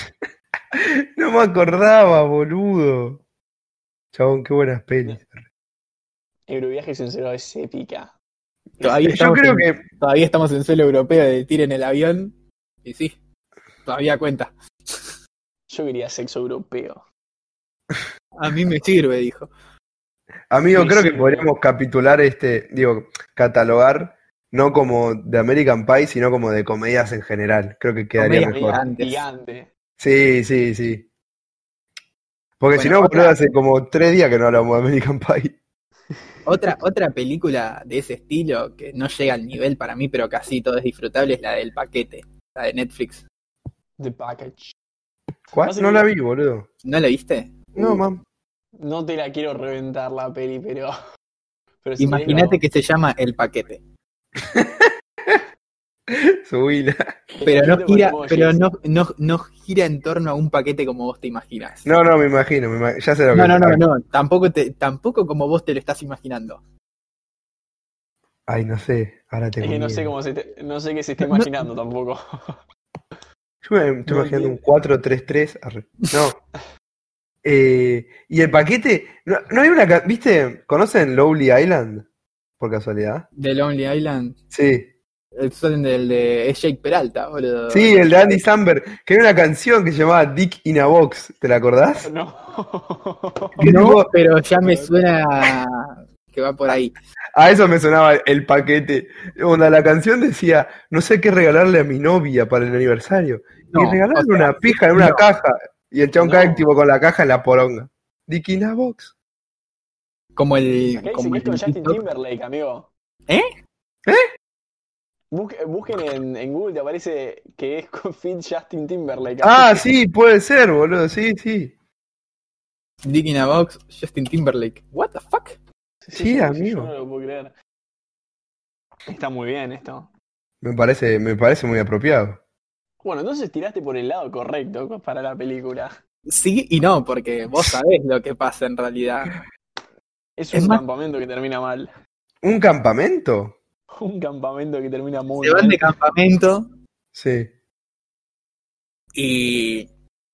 No me acordaba, boludo. Chabón, qué buenas pelis. Euroviaje censurado es épica. Todavía Yo estamos, creo en, que todavía estamos en suelo europeo de tiren el avión. Y sí, todavía cuenta. Yo quería sexo europeo. A mí me sirve, dijo. Amigo, Me creo que sirve. podríamos capitular este, digo, catalogar, no como de American Pie, sino como de comedias en general. Creo que quedaría Comedias mejor. gigantes. Gigante. Sí, sí, sí. Porque si Bueno, no, otra- boludo, hace como tres días que no hablamos de American Pie. Otra, otra película de ese estilo que no llega al nivel para mí, pero casi todo es disfrutable, es la del paquete, la de Netflix. The Package. ¿Cuál? Pasa No que- la vi, boludo. ¿No la viste? No, Uh, mam. No te la quiero reventar la peli, pero. pero si Imagínate querés, que se llama El Paquete. Subila. lo- Pero no escrito con gira, emojis. pero no, no, no gira en torno a un paquete como vos te imaginas. No, no, me imagino, me imag- ya sé lo no, que no, no, ay, no, tampoco te, tampoco como vos te lo estás imaginando. ay, no sé, ahora tengo Es que no sé miedo. cómo se te- no sé qué se está No- imaginando tampoco. Yo me estoy No imaginando un entiendo. cuatro tres tres. arre. No. Eh, y el paquete, no, no hay una, ca- ¿viste? ¿Conocen Lonely Island? Por casualidad. De Lonely Island. Sí. El son del de es Jake Peralta, boludo. Sí, el de Andy Samberg, que era una canción que se llamaba Dick in a Box, ¿te la acordás? No. Que No, tipo, pero ya me suena que va por ahí. a eso me sonaba el paquete. Onda, la canción decía, no sé qué regalarle a mi novia para el aniversario. No, y regalarle o sea, una pija en una no. caja. Y el chabón No. cae tipo con la caja en la poronga. Dick in a Box. Como el. Acá dice Como que el es con Justin TikTok. Timberlake, amigo. ¿Eh? Busque- busquen en, en Google, te aparece que es con Fit Justin Timberlake. Ah, sí, puede ser, boludo, sí, sí. Dick in a Box, Justin Timberlake. What the fuck? Sí, amigo. Yo no lo puedo creer. Está muy bien esto. Me parece, me parece muy apropiado. Bueno, entonces tiraste por el lado correcto para la película. Sí y no, porque vos sabés lo que pasa en realidad. Es Es un más- campamento que termina mal. ¿Un campamento? Un campamento que termina muy Se van mal. de campamento Sí. y.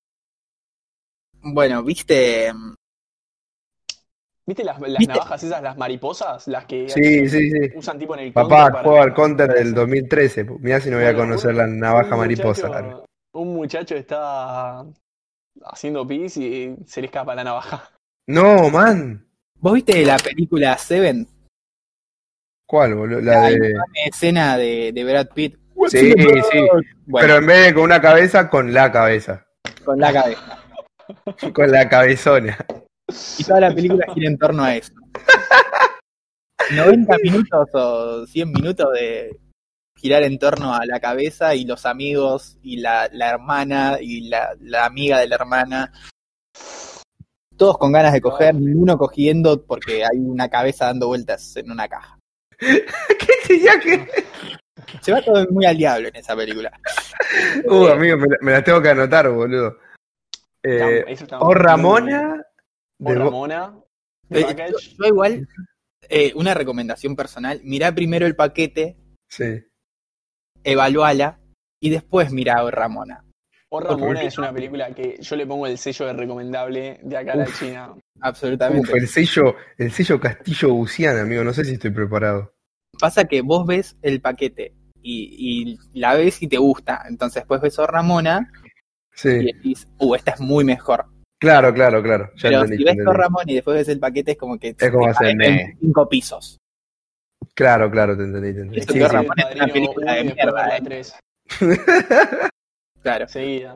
Bueno, viste. ¿Viste las, las ¿Viste? navajas esas, las mariposas? Las que Sí, sí, sí. usan tipo en el Papá, counter para- juego al counter del dos mil trece. Mirá si no voy a Bueno, conocer un- la navaja un mariposa. muchacho- un muchacho está haciendo pis y se le escapa la navaja. No, man. ¿Vos viste la película Seven? ¿Cuál, boludo? La La de... infame escena de, de Brad Pitt. Sí, sí. Bueno, Pero en vez de con una cabeza, con la cabeza. con la cabeza. Con la cabezona. Y toda la película gira en torno a eso. noventa minutos o cien minutos de girar en torno a la cabeza y los amigos y la, la hermana y la, la amiga de la hermana. Todos con ganas de coger, ninguno cogiendo porque hay una cabeza dando vueltas en una caja. ¿Qué tenía que...? Se va todo muy al diablo en esa pelíula. Uh, amigo, me, la- me las tengo que anotar, boludo. Eh, Eso está o muy Ramona... bien. O de Bo- Ramona. Eh, The Package. Yo igual, Eh, una recomendación personal, mirá primero el paquete, Sí. evaluala y después mirá a Ramona. O Ramona es una película que yo le pongo el sello de recomendable de acá a la Uf. China. Absolutamente. Uf, el sello, el sello Castillo Buciana, amigo. No sé si estoy preparado. Pasa que vos ves el paquete y, y la ves y te gusta. Entonces después ves a Ramona y Sí. decís, uh, esta es muy mejor. Claro, claro, claro. Ya Pero entendí, si ya ves a entendí. Ramona y después ves el paquete, es como que Es como hacer meh. cinco pisos. Claro, claro, te entendí, te entendí. Eso Sí, que sí, Ramona El es una Padrino película de uno y después mierda, ver la eh. tres. Claro. Seguida.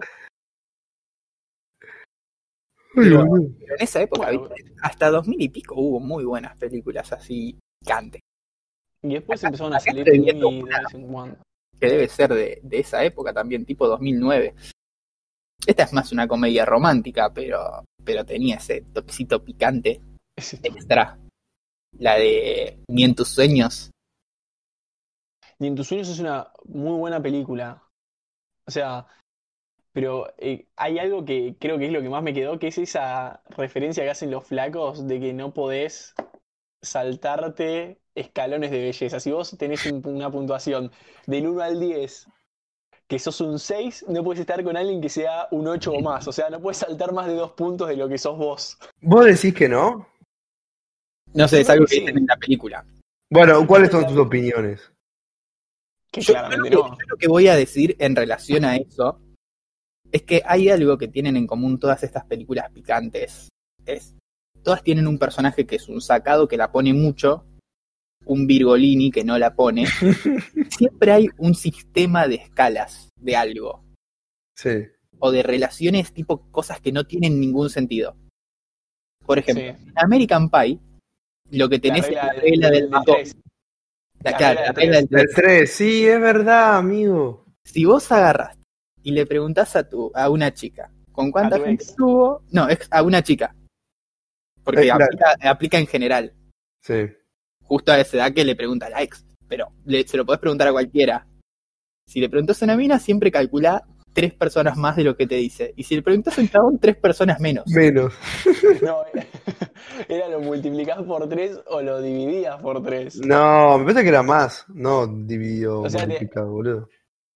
Ay, Pero, boludo. pero en esa época, Bueno, ¿viste? Hasta dos mil y pico hubo muy buenas películas así picantes. y después Acá- empezaron a acá salir estoy viendo muy de una. vez en cuando. Que debe ser de, de esa época también, tipo dos mil nueve. Esta es más una comedia romántica, pero, pero tenía ese toquecito picante Ese- extra. La de Ni en tus sueños. Y en tus sueños es una muy buena película. O sea, pero eh, hay algo que creo que es lo que más me quedó, que es esa referencia que hacen los flacos de que no podés saltarte escalones de belleza. Si vos tenés un- una puntuación del uno al diez, que sos un seis, no puedes estar con alguien que sea un ocho o más. O sea, no puedes saltar más de dos puntos de lo que sos vos. ¿Vos decís que no? No sé, Yo es creo algo que que sí. dicen en la película. Bueno, ¿cuáles son La- tus opiniones? Que Yo, yo claramente lo que, no. yo lo que voy a decir en relación a eso es que hay algo que tienen en común todas estas películas picantes. Es, todas tienen un personaje que es un sacado que la pone mucho, un Virgolini que no la pone. Siempre hay un sistema de escalas de algo, Sí. o de relaciones tipo cosas que no tienen ningún sentido. Por ejemplo, Sí. en American Pie, lo que La tenés regla es la del- regla del del matón. tres. La, la claro, regla la del regla del El tres. tres, sí, es verdad, amigo. Si vos agarras y le preguntás a tu, a una chica, ¿con cuánta A tu gente ex. estuvo? No, ex- a una chica. Porque Eh, la- aplica, aplica en general. Sí. Justo a esa edad que le pregunta a la ex. Pero le- se lo podés preguntar a cualquiera. Si le preguntás a una mina, siempre calcula tres personas más de lo que te dice. Y si le preguntás a un chabón, tres personas menos. Menos. No, era lo multiplicás por tres o lo dividías por tres. No, me parece que era más. No, dividido, O sea, te- multiplicado, boludo.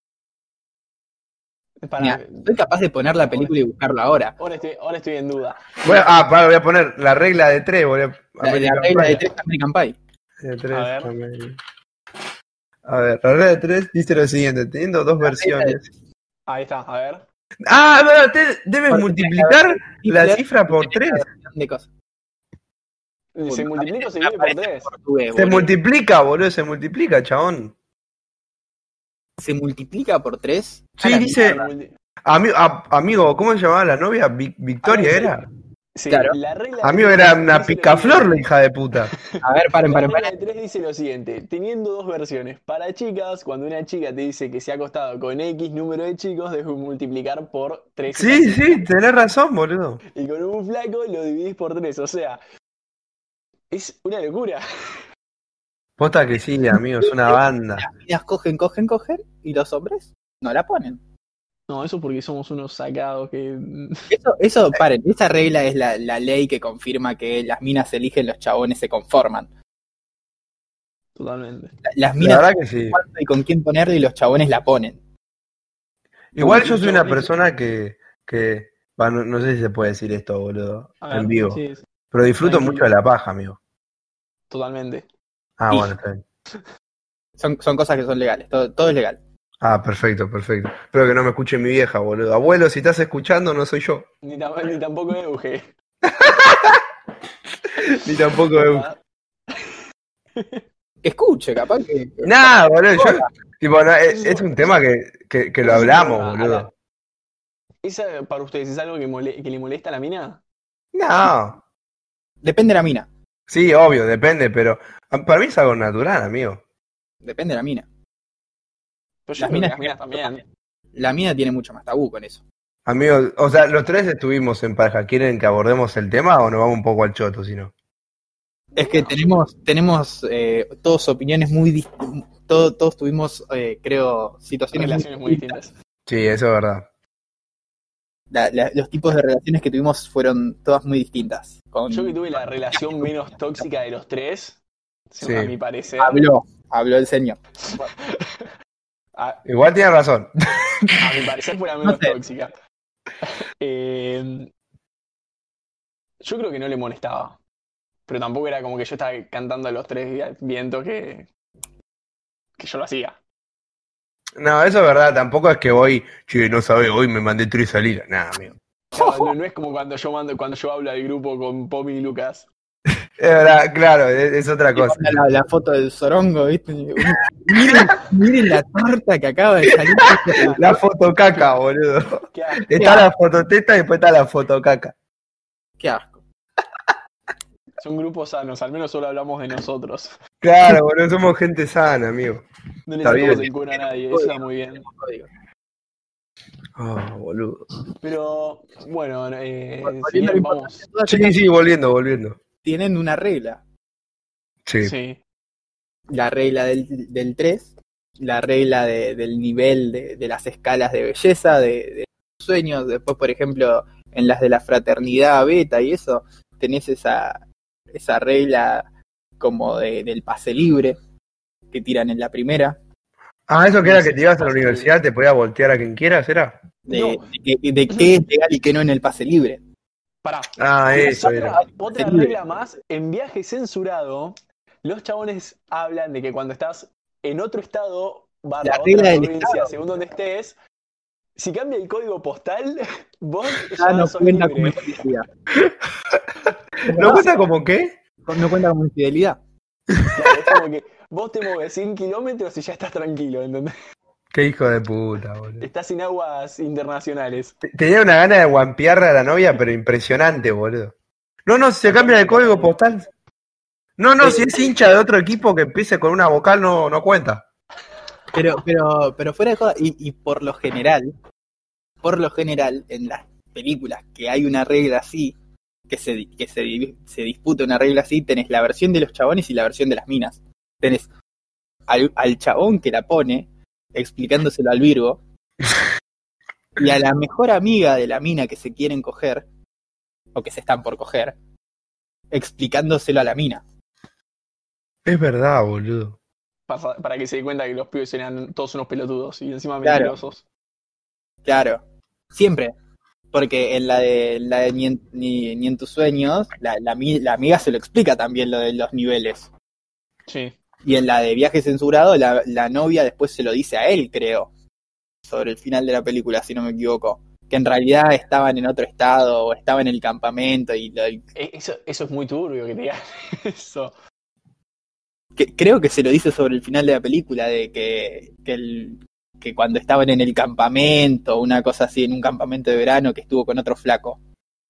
Para, Mira, soy capaz de poner la película y buscarlo ahora. ahora, estoy, ahora estoy en duda. Bueno, ah, para, voy a poner la regla de tres, boludo. La, la American regla de Pie. tres American Pie. De tres, A ver. American. A ver, la regla de tres dice lo siguiente, teniendo dos versiones. Ahí está, a ver. Ah, no, te debes Porque multiplicar la Hitler cifra por tenés tres. la versión de cosas. Se multiplica o se Me divide por aparece en tres. portugués, Se boludo. multiplica, boludo, se multiplica, chabón. Se multiplica por tres. Sí, A la dice- mierda. Multi- Ami- a- amigo, ¿cómo se llamaba la novia? Vic- Victoria Ah, era. Sí, Claro. la regla de Amigo, tres era una dice lo picaflor, la siguiente. hija de puta. A ver, paren, La paren, regla paren. de tres dice lo siguiente, teniendo dos versiones. Para chicas, cuando una chica te dice que se ha acostado con X número de chicos, debes multiplicar por tres. Sí, sí, tenés razón, boludo. Y con un flaco lo dividís por tres. O sea, es una locura. Posta que sí, amigo, es una banda. Las minas cogen, cogen, cogen y los hombres no la ponen. No, eso porque somos unos sacados que... Eso, eso, paren, esa regla es la, la ley que confirma que las minas eligen, los chabones se conforman. Totalmente. La- Las La minas verdad que sí. cuánto y con quién ponerle y los chabones la ponen. Igual Como yo un soy una chabón- persona que, que va, no, no sé si se puede decir esto, boludo, A ver, en vivo. sí, sí, Pero disfruto Tranquilo. mucho de la paja, amigo. totalmente. Ah, Y- bueno, está bien. Son, son cosas que son legales, todo, todo es legal. Ah, perfecto, perfecto. Espero que no me escuche mi vieja, boludo. Abuelo, si estás escuchando, no soy yo. Ni, tam- ni tampoco Euge. Ni tampoco eu. Que escuche, capaz que. que- Nada, boludo. Yo, tipo, no, es, es un tema que, que, que lo hablamos, Ah, boludo. ¿Esa para ustedes es algo que, mole- que le molesta a la mina? No. Depende de la mina. Sí, obvio, depende, pero ah, para mí es algo natural, amigo. Depende de la mina. Pero yo Las creo que minas- las minas también. La mina tiene mucho más tabú con eso. Amigo, o sea, los tres estuvimos en pareja. ¿Quieren que abordemos el tema o nos vamos un poco al choto, si no? Es que No. tenemos, tenemos eh, todos opiniones muy distintas. Todo, todos tuvimos, eh, creo, situaciones Relaciones muy distintas. Sí, eso es verdad. La- la- los tipos de relaciones que tuvimos fueron todas muy distintas. Con- Yo que tuve la relación menos tóxica de los tres, Sí. A mi parecer. Habló, habló el señor. A, Igual tiene razón. a mi parecer fue la menos No sé. tóxica. Eh, yo creo que no le molestaba. Pero tampoco era como que yo estaba cantando a los tres vientos que, que yo lo hacía. No, eso es verdad, tampoco es que voy, che, no sabes, hoy me mandé tres salidas. Nada, amigo. No, no, no es como cuando yo mando, cuando yo hablo del grupo con Pomi y Lucas. Es verdad, claro, es, es otra cosa. La, la foto del zorongo, ¿viste? Miren, miren la torta que acaba de salir. La fotocaca, boludo. Qué asco. Está la fototeta y después está la fotocaca. Qué asco. Son grupos sanos, al menos solo hablamos de nosotros. Claro, boludo, somos gente sana, amigo. No le Está sacamos bien. el cuero a nadie, eso está muy bien. Ah, boludo. Pero, bueno, eh, Volviendo si a lo bien importante, vamos. todas Sí, estas sí, volviendo, volviendo. tienen una regla. Sí. Sí. La regla del, del tres, la regla de- del nivel de, de las escalas de belleza, de, de sueños. Después, por ejemplo, en las de la fraternidad beta y eso, tenés esa, esa regla como de, del pase libre que tiran en la primera. Ah, eso que era que Sí, te ibas a la sí. universidad, te podía voltear a quien quieras, ¿era? De, No. de que- de qué es legal y qué no en el pase libre. Pará. Ah, eso Otra, era. otra Libre. regla más, en viaje censurado, los chabones hablan de que cuando estás en otro estado, barra La regla otra del provincia, estado. según donde estés, si cambia el código postal, vos Ya ya no sos cuenta como libre. infidelidad. ¿No cuenta como qué? No cuenta como infidelidad. Claro, es como que vos te mueves cien kilómetros y ya estás tranquilo, ¿entendés? Qué hijo de puta, boludo. Estás en aguas internacionales. Te- Tenía una gana de guampear a la novia, pero impresionante, boludo. No, no, si se cambia de código postal. No, no, si es hincha de otro equipo que empiece con una vocal, no, no cuenta. Pero, pero, pero fuera de joda, y, y por lo general, por lo general, en las películas que hay una regla así, que se, que se, di- se disputa una regla así, tenés la versión de los chabones y la versión de las minas. Tenés al, al chabón que la pone, explicándoselo al Virgo, y a la mejor amiga de la mina que se quieren coger, o que se están por coger, explicándoselo a la mina. Es verdad, boludo. Para, para que se dé cuenta que los pibes eran todos unos pelotudos y encima Claro. mentirosos. Claro, siempre. Porque en la de, la de ni, en, ni, ni en tus sueños, la, la, ami- la amiga se lo explica también lo de los niveles. Sí. Y en la de viaje censurado, la, la novia después se lo dice a él, creo. Sobre el final de la película, si no me equivoco. Que en realidad estaban en otro estado o estaban en el campamento. Y lo- E- Eso, eso es muy turbio que te digan eso. que, creo que se lo dice sobre el final de la película, de que, que, el, que cuando estaban en el campamento, una cosa así, en un campamento de verano, que estuvo con otro flaco.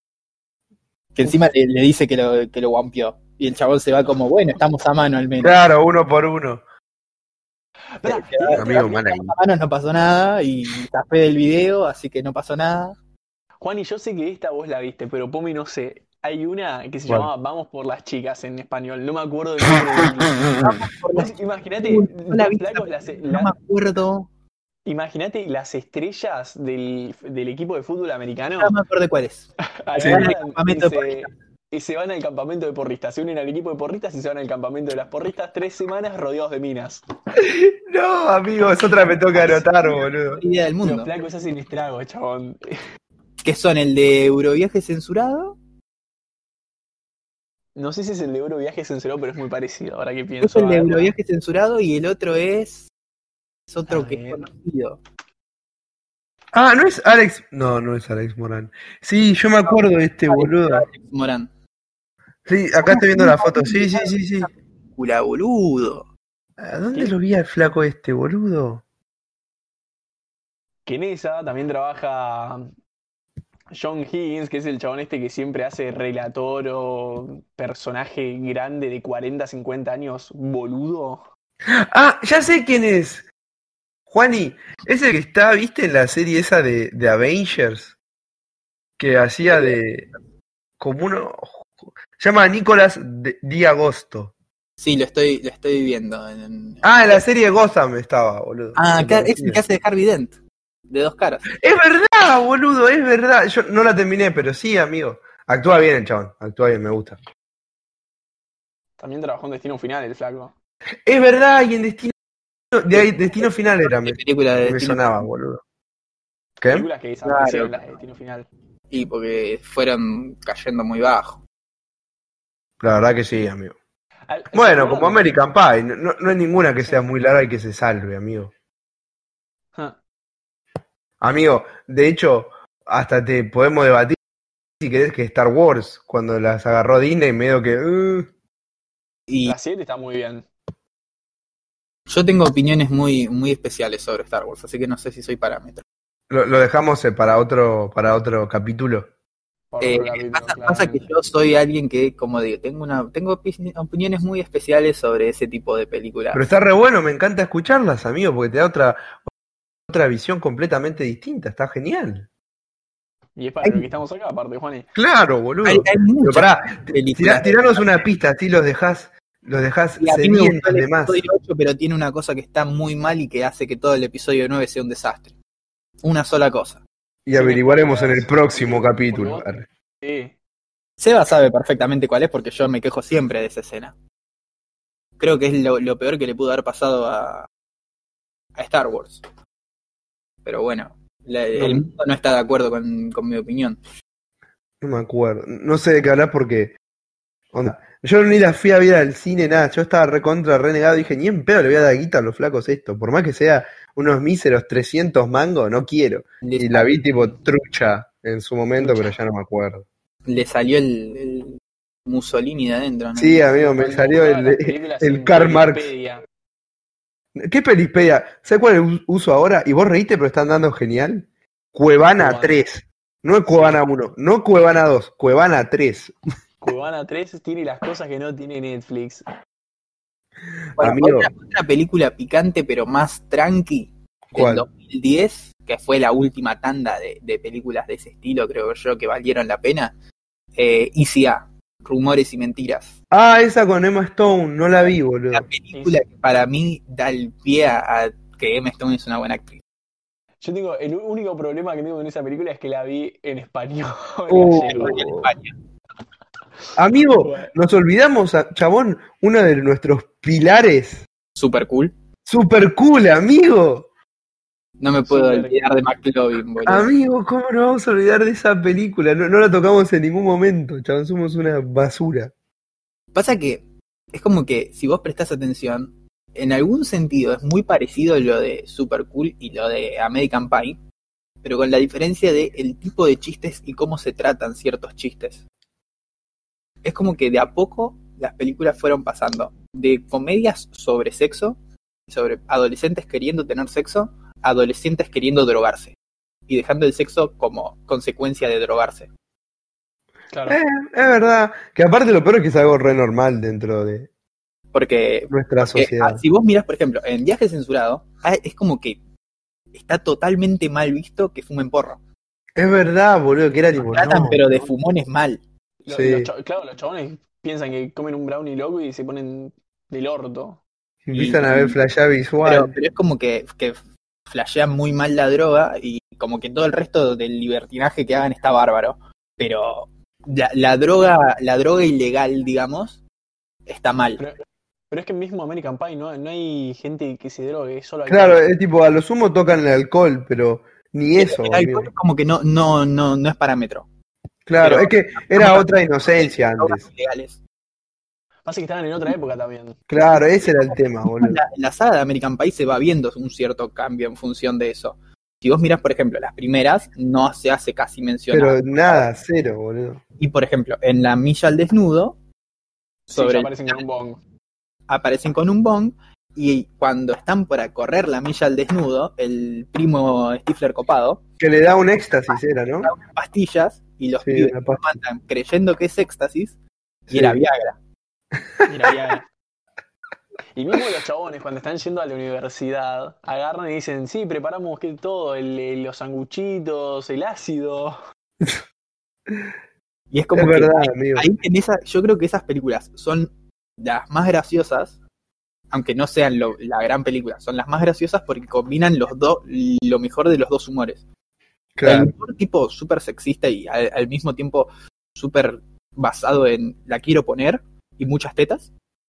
Que encima le, le dice que lo, que lo guampió. Y el chabón se va como, bueno, estamos a mano al menos. Claro, uno por uno. Pará, Que- y- Amigo, mal ahí. Estamos a mano, no pasó nada. Y tapé del video, así que no pasó nada. Juan, y yo sé que esta vos la viste, pero Pomi no sé. Hay una que se ¿Cuál? llamaba Vamos por las chicas en español. No me acuerdo del nombre del Vos Imagínate, Uy, no la dos vi, flacos, las, No la- me acuerdo. imagínate las estrellas del, del equipo de fútbol americano. No me acuerdo de cuál es. Agarran el campamento y, de se, porristas. y se van al campamento de porristas. Se unen al equipo de porristas y se van al campamento de las porristas. Tres semanas rodeados de minas. No, amigo, es otra me toca anotar, boludo. Idea del Los mundo. flacos hacen estrago, chabón. Que son el de Euroviaje censurado. No sé si es el de Euroviaje censurado, pero es muy parecido. Ahora que Es pienso. el de a verla. Euroviaje censurado y el otro es. Es otro A que es ver. conocido. Ah, ¿no es Alex? No, no es Alex Morán. Sí, yo me acuerdo de este boludo. Morán. Sí, acá estoy viendo la foto. Sí, sí, sí, sí. Cula, boludo. ¿A dónde ¿Qué? lo vi al flaco este, boludo? Que en esa también trabaja John Higgins, que es el chabón este que siempre hace relator o personaje grande de cuarenta, cincuenta años, boludo. Ah, ya sé quién es. Juani, es el que está, viste, en la serie esa de, de Avengers. Que hacía de. Como uno. Se llama Nicolás de- Di Agosto. Sí, lo estoy, lo estoy viendo. En... Ah, en la serie Gotham estaba, boludo. Ah, Me claro, es el parecía. que hace de Harvey Dent. De dos caras. Es verdad, boludo, es verdad. Yo no la terminé, pero sí, amigo. Actúa bien el chabón, actúa bien, me gusta. También trabajó en Destino Final el flaco. Es verdad, y en Destino, de ahí, Destino Final era, me, De película de me Destino sonaba, Final. boludo. ¿Qué? Películas que desaparecieron Claro. las de Destino Final. Y porque fueron cayendo muy bajo. La verdad que sí, amigo. Al- ¿se Bueno, acuerdan como de- American Pie, no, no, no hay ninguna que sea muy larga y que se salve, amigo. Ja. Amigo, de hecho, hasta te podemos debatir si querés que Star Wars, cuando las agarró Disney, medio que... uh, Y La siete está muy bien. yo tengo opiniones muy, muy especiales sobre Star Wars, así que no sé si soy parámetro. lo, lo dejamos eh, para otro, para otro capítulo. Por Eh, otro capítulo, pasa, pasa que claramente. yo soy alguien que, como digo, tengo una tengo opi- opiniones muy especiales sobre ese tipo de películas. Pero está re bueno, me encanta escucharlas, amigo, porque te da otra, otra visión completamente distinta, está genial. Y es para lo que estamos acá, aparte, Juani. Claro, boludo. Hay, hay Pero muchas pará, películas. tira- tiranos una pista, así los dejás, los dejás Y a mí me gustó sedientos el de más. episodio ocho, pero tiene una cosa que está muy mal y que hace que todo el episodio nueve sea un desastre. Una sola cosa. Y averiguaremos en el Porque próximo vos- capítulo. porque vos- Sí. Seba sabe perfectamente cuál es porque yo me quejo siempre de esa escena. Creo que es lo, lo peor que le pudo haber pasado a, a Star Wars. Pero bueno, la- el No. mundo no está de acuerdo con, con mi opinión. No me acuerdo. No sé de qué hablar porque. Onda. Yo ni la fui a ver al cine, nada. Yo estaba recontra renegado y dije, ni en pedo le voy a dar guita a los flacos esto. Por más que sea unos míseros trescientos mangos, no quiero. Le, Y la vi tipo trucha en su momento, pero ya no me acuerdo. le salió el, el Mussolini de adentro, ¿no? Sí, amigo, me Cuando salió buscaba el, las películas el en Karl Marx. Wikipedia. ¿Qué pelispedia? ¿Sabes cuál es el uso ahora? Y vos reíste, pero están dando genial. Cuevana Cuevana. tres. No es Cuevana uno, no Cuevana dos, Cuevana tres. Cuevana tres tiene las cosas que no tiene Netflix. Bueno, Amigo. otra, otra película picante pero más tranqui del ¿Cuál? dos mil diez, que fue la última tanda de, de películas de ese estilo, creo yo, que valieron la pena. Eh, I C A, Rumores y Mentiras. Ah, esa con Emma Stone, no la vi, boludo. La película que para mí da el pie a, a que Emma Stone es una buena actriz. Yo tengo, el único problema que tengo con esa película es que la vi en español. Uh. gallego. En España. Amigo, Bueno. nos olvidamos, a- chabón, uno de nuestros pilares. Super cool. Super cool, amigo. No me puedo Super olvidar de McLovin, boludo. Amigo, ¿cómo nos vamos a olvidar de esa película? No, no la tocamos en ningún momento, chabón, somos una basura. Pasa que es como que si vos prestás atención, en algún sentido es muy parecido lo de Super Cool y lo de American Pie, pero con la diferencia de el tipo de chistes y cómo se tratan ciertos chistes. Es como que de a poco las películas fueron pasando de comedias sobre sexo, sobre adolescentes queriendo tener sexo, a adolescentes queriendo drogarse y dejando el sexo como consecuencia de drogarse. Claro. Eh, es verdad. Que aparte lo peor es que es algo re normal dentro de Porque nuestra Porque, sociedad. ah, si vos mirás, por ejemplo, en Viaje Censurado, ah, es como que está totalmente mal visto que fumen porro. Es verdad, boludo, que era tipo, Tratan, no. pero de fumones mal. Lo- Sí. los cha- claro, los chabones piensan que comen un brownie loco y se ponen del orto. Empiezan y- a ver flashear visual. Pero, pero es como que, que flashean muy mal la droga y como que todo el resto del libertinaje que hagan está bárbaro. Pero la, la droga, la droga ilegal, digamos, está mal. Pero, pero es que mismo American Pie no, no hay gente que se drogue, es solo hay Claro, es tipo, a lo sumo tocan el alcohol, pero ni eso, El alcohol amigo. es como que no, no, no, no es parámetro. Claro, pero- es que era otra inocencia Drogas antes. ilegales. Pasa que estaban en otra época también. Claro, ese era el tema, boludo. La, la saga de American Pie se va viendo un cierto cambio en función de eso. Si vos mirás, por ejemplo, las primeras, no se hace casi mención. Pero nada, cero, boludo. Y, por ejemplo, en La Milla al Desnudo, Sí, sobre ya el- aparecen con un bong. aparecen con un bong, y cuando están por correr La Milla al Desnudo, el primo Stifler copado, Que le da un éxtasis, era, ¿no? da unas pastillas, y los Sí, pibes una lo pasta. matan creyendo que es éxtasis, y Sí. era Viagra. Mira, ya. Y mismo los chabones, cuando están yendo a la universidad, agarran y dicen, sí, preparamos que todo, el- el- los sanguchitos, el ácido. Y es como Es que verdad, amigo. ahí en esa, yo creo que esas películas son las más graciosas, aunque no sean lo- la gran película, son las más graciosas porque combinan los dos, lo mejor de los dos humores. Claro. El humor tipo súper sexista y al, al mismo tiempo súper basado en la quiero poner y muchas tetas,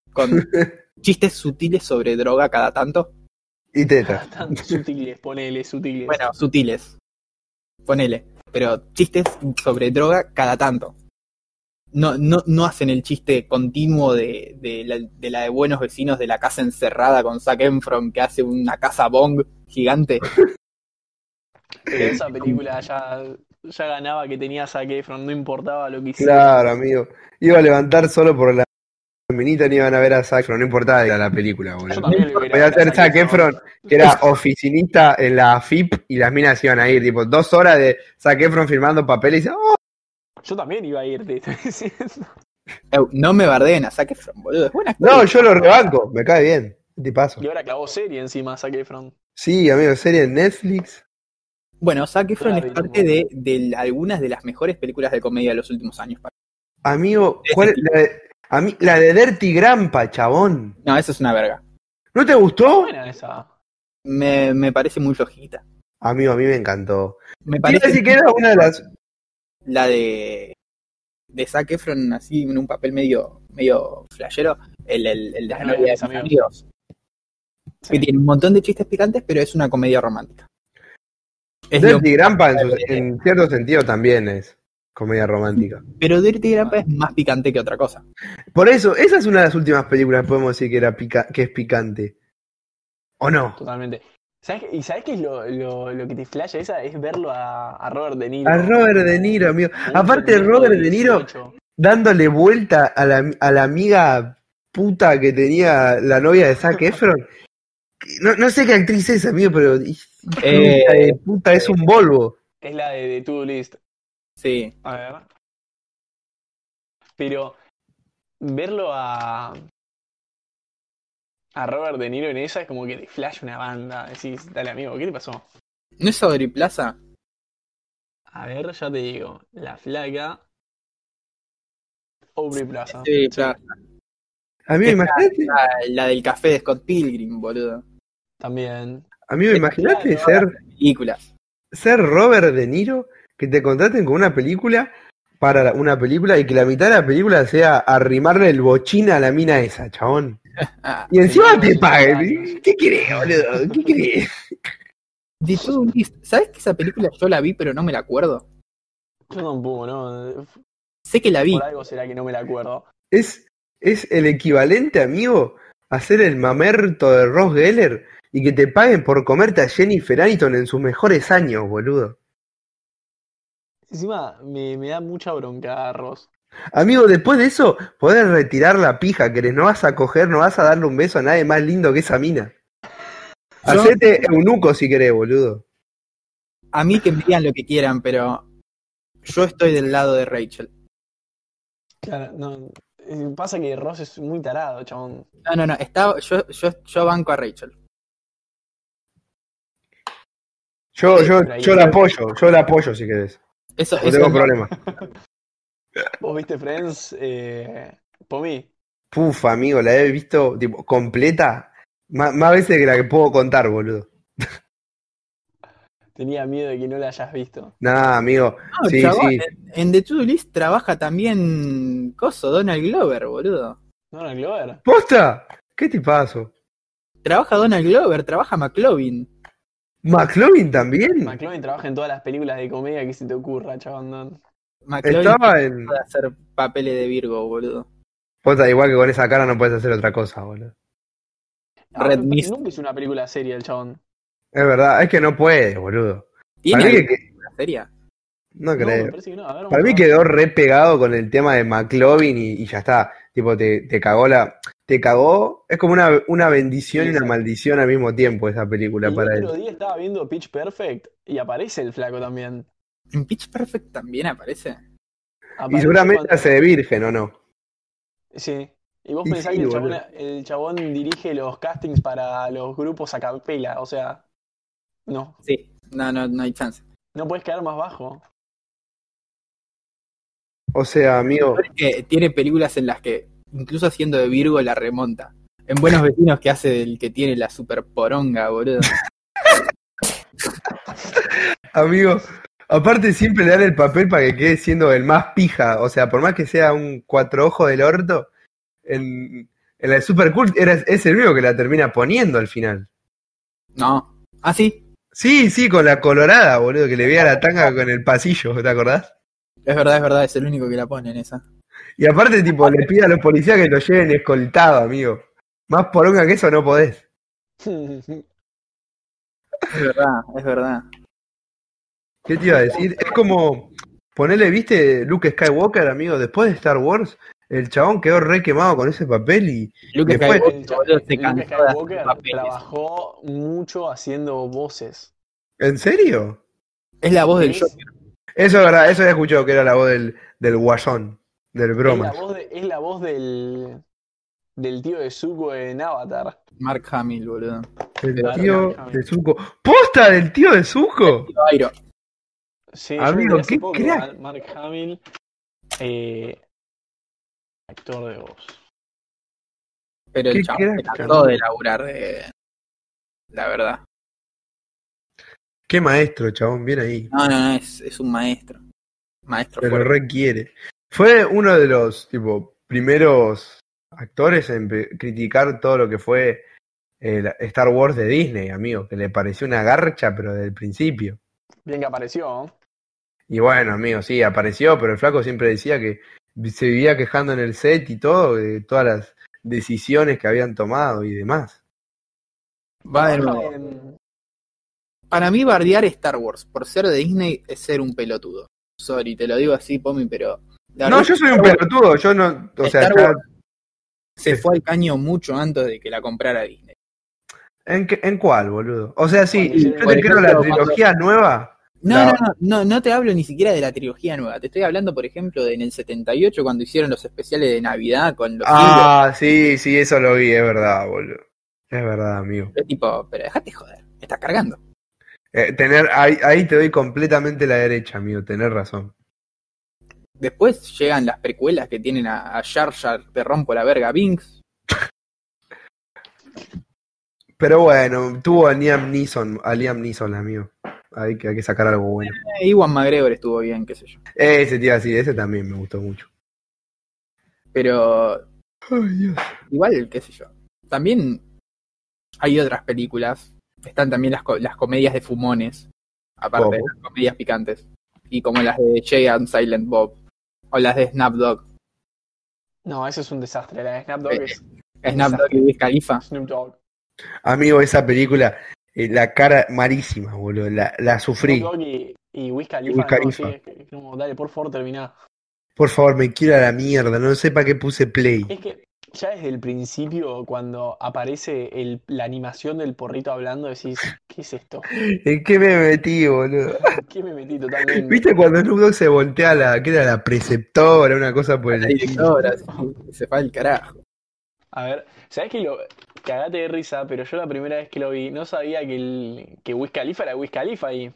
con chistes sutiles sobre droga cada tanto. Y teta. Tan sutiles, ponele, sutiles. Bueno, sutiles. Ponele. Pero chistes sobre droga cada tanto. No, no, no hacen el chiste continuo de, de, la, de la de Buenos Vecinos de la casa encerrada con Zac Efron que hace una casa bong gigante. Pero esa película ya, ya ganaba que tenía Zac Efron, no importaba lo que hiciera. Claro, amigo. Iba a levantar solo por la minita, ni iban a ver a Zac Efron, no importaba de la película, Yo boludo. también lo hubiera Voy a visto hacer Zac Efron, que era oficinista en la A F I P, y las minas iban a ir, tipo, dos horas de Zac Efron firmando papeles y dice, oh, Yo también iba a ir, te estoy diciendo. Eh, no me bardeen a Zac Efron, boludo. Es buena actor. no, yo lo rebanco, me cae bien, ¿qué te paso? Y ahora clavó serie encima Zac Efron. Sí, amigo, serie en Netflix. Bueno, Zac Efron Claro, es y parte como- de, de algunas de las mejores películas de comedia de los últimos años. Amigo, ¿cuál, la, de, a mí, la de Dirty Grandpa, chabón. No, eso es una verga. ¿No te Está gustó? buena esa. Me, me parece muy flojita. Amigo, a mí me encantó. Me Quiero parece decir que era una de las... la de de Zac Efron así en un papel medio medio flashero, el, el, el de Las la novias novia de de mis mis amigos. amigos, que tiene un montón de chistes picantes, pero es una comedia romántica. Es lo- Dirty Grandpa en, su- en cierto sentido también es comedia romántica. pero Dirty Grandpa es más picante que otra cosa. Por eso, esa es una de las últimas películas, podemos decir que era pica, que es picante. ¿O no? Totalmente. ¿Sabes, qué- ¿Y sabes qué es lo, lo, lo que te flasha esa? Es verlo a, a Robert De Niro. A Robert De Niro, amigo. como un Aparte, pendejo Robert De Niro dieciocho. dándole vuelta a la, a la amiga puta que tenía la novia de Zac Efron. No, no sé qué actriz es, amigo, pero hija Eh, de puta, es un Volvo. Es la de, de To-Do List. Sí. A ver. Pero verlo a. A Robert De Niro en esa es como que te flash una banda. Decís, dale amigo, ¿qué te pasó? ¿No es Aubrey Plaza? A ver, ya te digo. La flaca. Aubrey Plaza. Sí, Plaza. Amigo, imagínate, La, la del café de Scott Pilgrim, boludo. También. amigo, imagínate Claro. ser, Películas. ser Robert De Niro, que te contraten con una película para una película y que la mitad de la película sea arrimarle el bochín a la mina esa, chabón. Ah, Y encima Sí, te sí, paguen. sí. ¿Qué querés, boludo? ¿Qué querés? de To-Do List. ¿Sabes que esa película yo la vi, pero no me la acuerdo? Yo tampoco, ¿no? Sé que la vi. Por algo será que no me la acuerdo. Es, es el equivalente, amigo, a ser el mamerto de Ross Geller y que te paguen por comerte a Jennifer Aniston en sus mejores años, boludo. Encima me, me da mucha bronca, Ross. Amigo, después de eso, podés retirar la pija, querés, no vas a coger, no vas a darle un beso a nadie más lindo que esa mina. Yo- Hacete eunuco si querés, boludo. A mí que me digan lo que quieran, pero yo estoy del lado de Rachel. Claro, no. eh, Pasa que Ross es muy tarado, chabón. No, no, no. Está, yo, yo, yo banco a Rachel. Yo, yo, Pero ahí- yo la apoyo, yo la apoyo si querés. Eso, No eso tengo no- problema. ¿Vos viste Friends? Eh, Pomi. Puf, amigo, la he visto tipo, completa más, más veces que la que puedo contar, boludo. Tenía miedo de que no la hayas visto. Nah, amigo. No, Sí, chabón, sí. En, en The To-Do List trabaja también Coso, Donald Glover, boludo. ¿Donald Glover? ¿Posta? ¿Qué te pasó? Trabaja Donald Glover, trabaja McLovin. ¿McLovin también? McLovin trabaja en todas las películas de comedia que se te ocurra, chabón. ¿no? McLovin Estaba en. puede hacer papeles de Virgo, boludo. Posta, igual que con esa cara no puedes hacer otra cosa, boludo. Red Ah, Mist. Nunca hizo una película seria el chabón. Es verdad, es que no puede, boludo. ¿Tiene Para mí alguna que- película seria? No No, me creo. parece que no. A ver, Para vamos mí a ver. quedó re pegado con el tema de McLovin y, y ya está. Tipo, te, te cagó la. Te cagó. Es como una, una bendición Sí, y una exacto. maldición al mismo tiempo esa película El para otro él. día estaba viendo Pitch Perfect y aparece el flaco también. ¿En Pitch Perfect también aparece? Y Aparece seguramente cuando- hace de virgen, ¿o no? Sí. Y vos Y pensás sí, que el chabón, boludo. el chabón dirige los castings para los grupos a capela. O sea, no. Sí. No, no, no hay chance. No puedes quedar más bajo. O sea, amigo. Es que tiene películas en las que, incluso siendo de Virgo, la remonta. En Buenos Vecinos, que hace el que tiene la super poronga, boludo. Amigo, aparte siempre le dan el papel para que quede siendo el más pija. O sea, por más que sea un cuatro ojos del orto, en- En la de Super Cool era, es el mismo que la termina poniendo al final. No. Ah, sí. Sí, sí, con la colorada, boludo, que le veía la tanga con el pasillo, ¿te acordás? Es verdad, es verdad, es el único que la pone en esa. Y aparte, tipo, le pide a los policías que lo lleven escoltado, amigo. Más poronga que eso no podés. Es verdad, es verdad. ¿Qué te iba a decir? Es como ponerle, ¿viste? Luke Skywalker, amigo, después de Star Wars, el chabón quedó re quemado con ese papel y Luke después... Skywalker, El cha- boludo, se Luke cansó de hacer Skywalker papeles. trabajó mucho haciendo voces. ¿En serio? Es la voz del Es, Joker. Eso es verdad, eso había escuchado que era la voz del, del guasón, del es la bromas. voz, de- es la voz del, del tío de Zuko en Avatar. Mark Hamill, boludo. El Pero tío Mark Hamill. de Zuko. ¡Posta del tío de Zuko! tío Iroh. Sí, yo me Amigo, enteré hace qué poco, crack. Mar- Mark Hamill, eh, actor de voz. Pero Qué el chabón se crack, cansó amigo. de laburar de... La verdad. Qué maestro, chabón, bien ahí. No, no, no, es, es un maestro. Maestro Se lo fuerte. requiere. Fue uno de los tipo primeros actores en pe- criticar todo lo que fue el Star Wars de Disney, amigo, que le pareció una garcha, pero desde el principio. Bien que apareció, ¿no? Y bueno, amigo, sí, apareció, pero el flaco siempre decía que se vivía quejando en el set y todo, de todas las decisiones que habían tomado y demás. Va de Trabaja nuevo. en- Para mí, bardear Star Wars por ser de Disney es ser un pelotudo. Sorry, te lo digo así, Pomi, pero... la No, verdad yo es soy que un Star Wars pelotudo, yo no, o sea, Star ya, Wars se fue al caño mucho antes de que la comprara Disney. ¿en, qué- ¿en cuál, boludo? O sea, sí, Cuando hicieron- yo por te creo ejemplo, la trilogía nueva. No, La- no, no, no, no te hablo ni siquiera de la trilogía nueva. Te estoy hablando, por ejemplo, de en el setenta y ocho cuando hicieron los especiales de Navidad con los Ah, sí, sí, eso lo vi, es verdad, boludo. Es verdad, amigo. siglos. Es tipo, pero dejate joder, me estás cargando. Eh, tener, ahí, ahí te doy completamente la derecha, amigo, tenés razón. Después llegan las precuelas que tienen a, a Jar Jar, te rompo la verga, Binks. Pero bueno, tuvo a Liam Neeson, a Liam Neeson, amigo. Hay que, hay que sacar algo bueno. Eh, Iwan McGregor estuvo bien, qué sé yo. Ese tío así, ese también me gustó mucho. Pero Ay, Dios. igual, qué sé yo. También hay otras películas. Están también las, co- las comedias de fumones, aparte de ¿Cómo? las comedias picantes. Y como las de Jay and Silent Bob. O las de Snapdog. No, eso es un desastre. La de Snapdog Eh, es Snapdog y Wiz Khalifa. Snoop Dogg. Amigo, esa película, eh, la cara malísima, boludo. La, la sufrí. Snoop Dogg y, y Wiz Y Khalifa. Wiz No, Khalifa. sí, es que- es como, dale, por favor, terminá. Por favor, me quiero a la mierda. No sé para qué puse play. Es que ya desde el principio, cuando aparece el, la animación del porrito hablando, decís, ¿qué es esto? ¿En qué me metí, boludo? ¿Qué me metí totalmente? ¿Viste cuando Snoop Dogg se voltea a la, que era la preceptora, una cosa por el La estilo? directora, sí, se fue al carajo. A ver, ¿sabes que lo cagate de risa? Pero yo la primera vez que lo vi no sabía que el que Wiz Khalifa era Wiz Khalifa y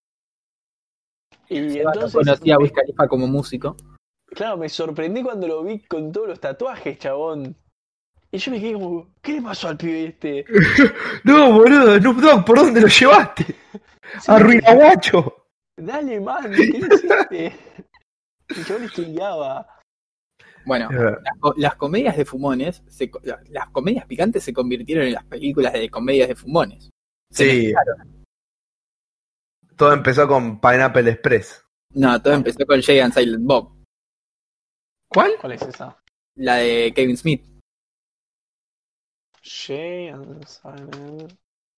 y Yo no entonces conocía a me- Wiz Khalifa como músico. claro, me sorprendí cuando lo vi con todos los tatuajes, chabón. Y yo me quedé como, ¿qué le pasó al pibe este? No, boludo, Snoop Dogg, ¿por dónde lo llevaste? Sí, Arruina guacho. dale, man, ¿qué le hiciste? El chabón estudiaba. Bueno, las, co- las comedias de fumones, se co- la- las comedias picantes se convirtieron en las películas de comedias de fumones. Se Sí. mezclaron. Todo empezó con Pineapple Express. No, todo empezó con Jay and Silent Bob, ¿Cuál? ¿Cuál es esa? la de Kevin Smith. Jay and Silent...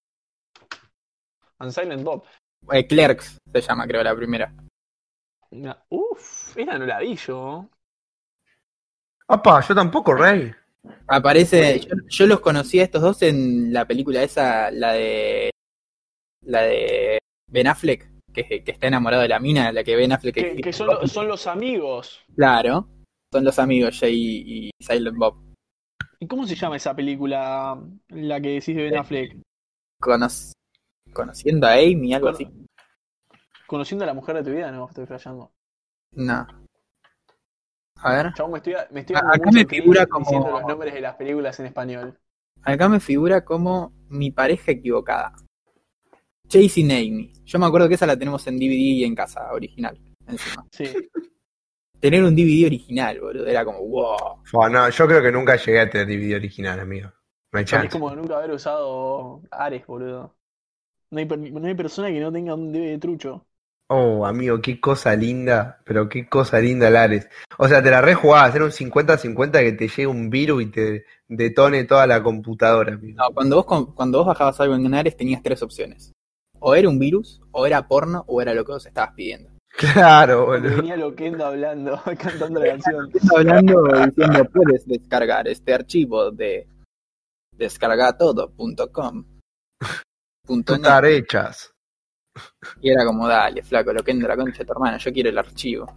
and Silent Bob. Eh, Clerks se llama, creo, la primera. Una- Uf, esa no la vi yo. Apa, yo tampoco, Rey. Aparece, yo, yo los conocí a estos dos en la película esa, la de la de Ben Affleck, que, que está enamorado de la mina, la que Ben Affleck Que, que son, lo- son los amigos. Claro, son los amigos Jay y Silent Bob. ¿Y cómo se llama esa película? La que decís de Ben Affleck. Cono- conociendo a Amy, algo Cono- así. Conociendo a la mujer de tu vida, no, estoy flasheando. No. A ver, Chabón, me estoy, me estoy A- dando acá mucho me clic figura como- diciendo los nombres de las películas en español. acá me figura como Mi pareja equivocada. Chasing Amy. Yo me acuerdo que esa la tenemos en D V D y en casa, original, encima. Sí. tener un D V D original, boludo. Era como, wow. Fua, no, yo creo que nunca llegué a tener D V D original, amigo. No hay Es chance. como nunca haber usado Ares, boludo. No hay, per- no hay persona que no tenga un D V D trucho. Oh, amigo, qué cosa linda, pero qué cosa linda el Ares. O sea, te la rejugabas, era un cincuenta cincuenta que te llegue un virus y te detone toda la computadora, amigo. No, cuando vos, con- cuando vos bajabas algo en Ares tenías tres opciones. O era un virus, o era porno, o era lo que vos estabas pidiendo. Claro, Porque boludo. venía Loquendo hablando, cantando la canción. Estoy hablando diciendo puedes descargar este archivo de descargatodo punto com punto net. Tutar hechas. Y era como, dale, flaco, lo que entra la concha de tu hermana, yo quiero el archivo.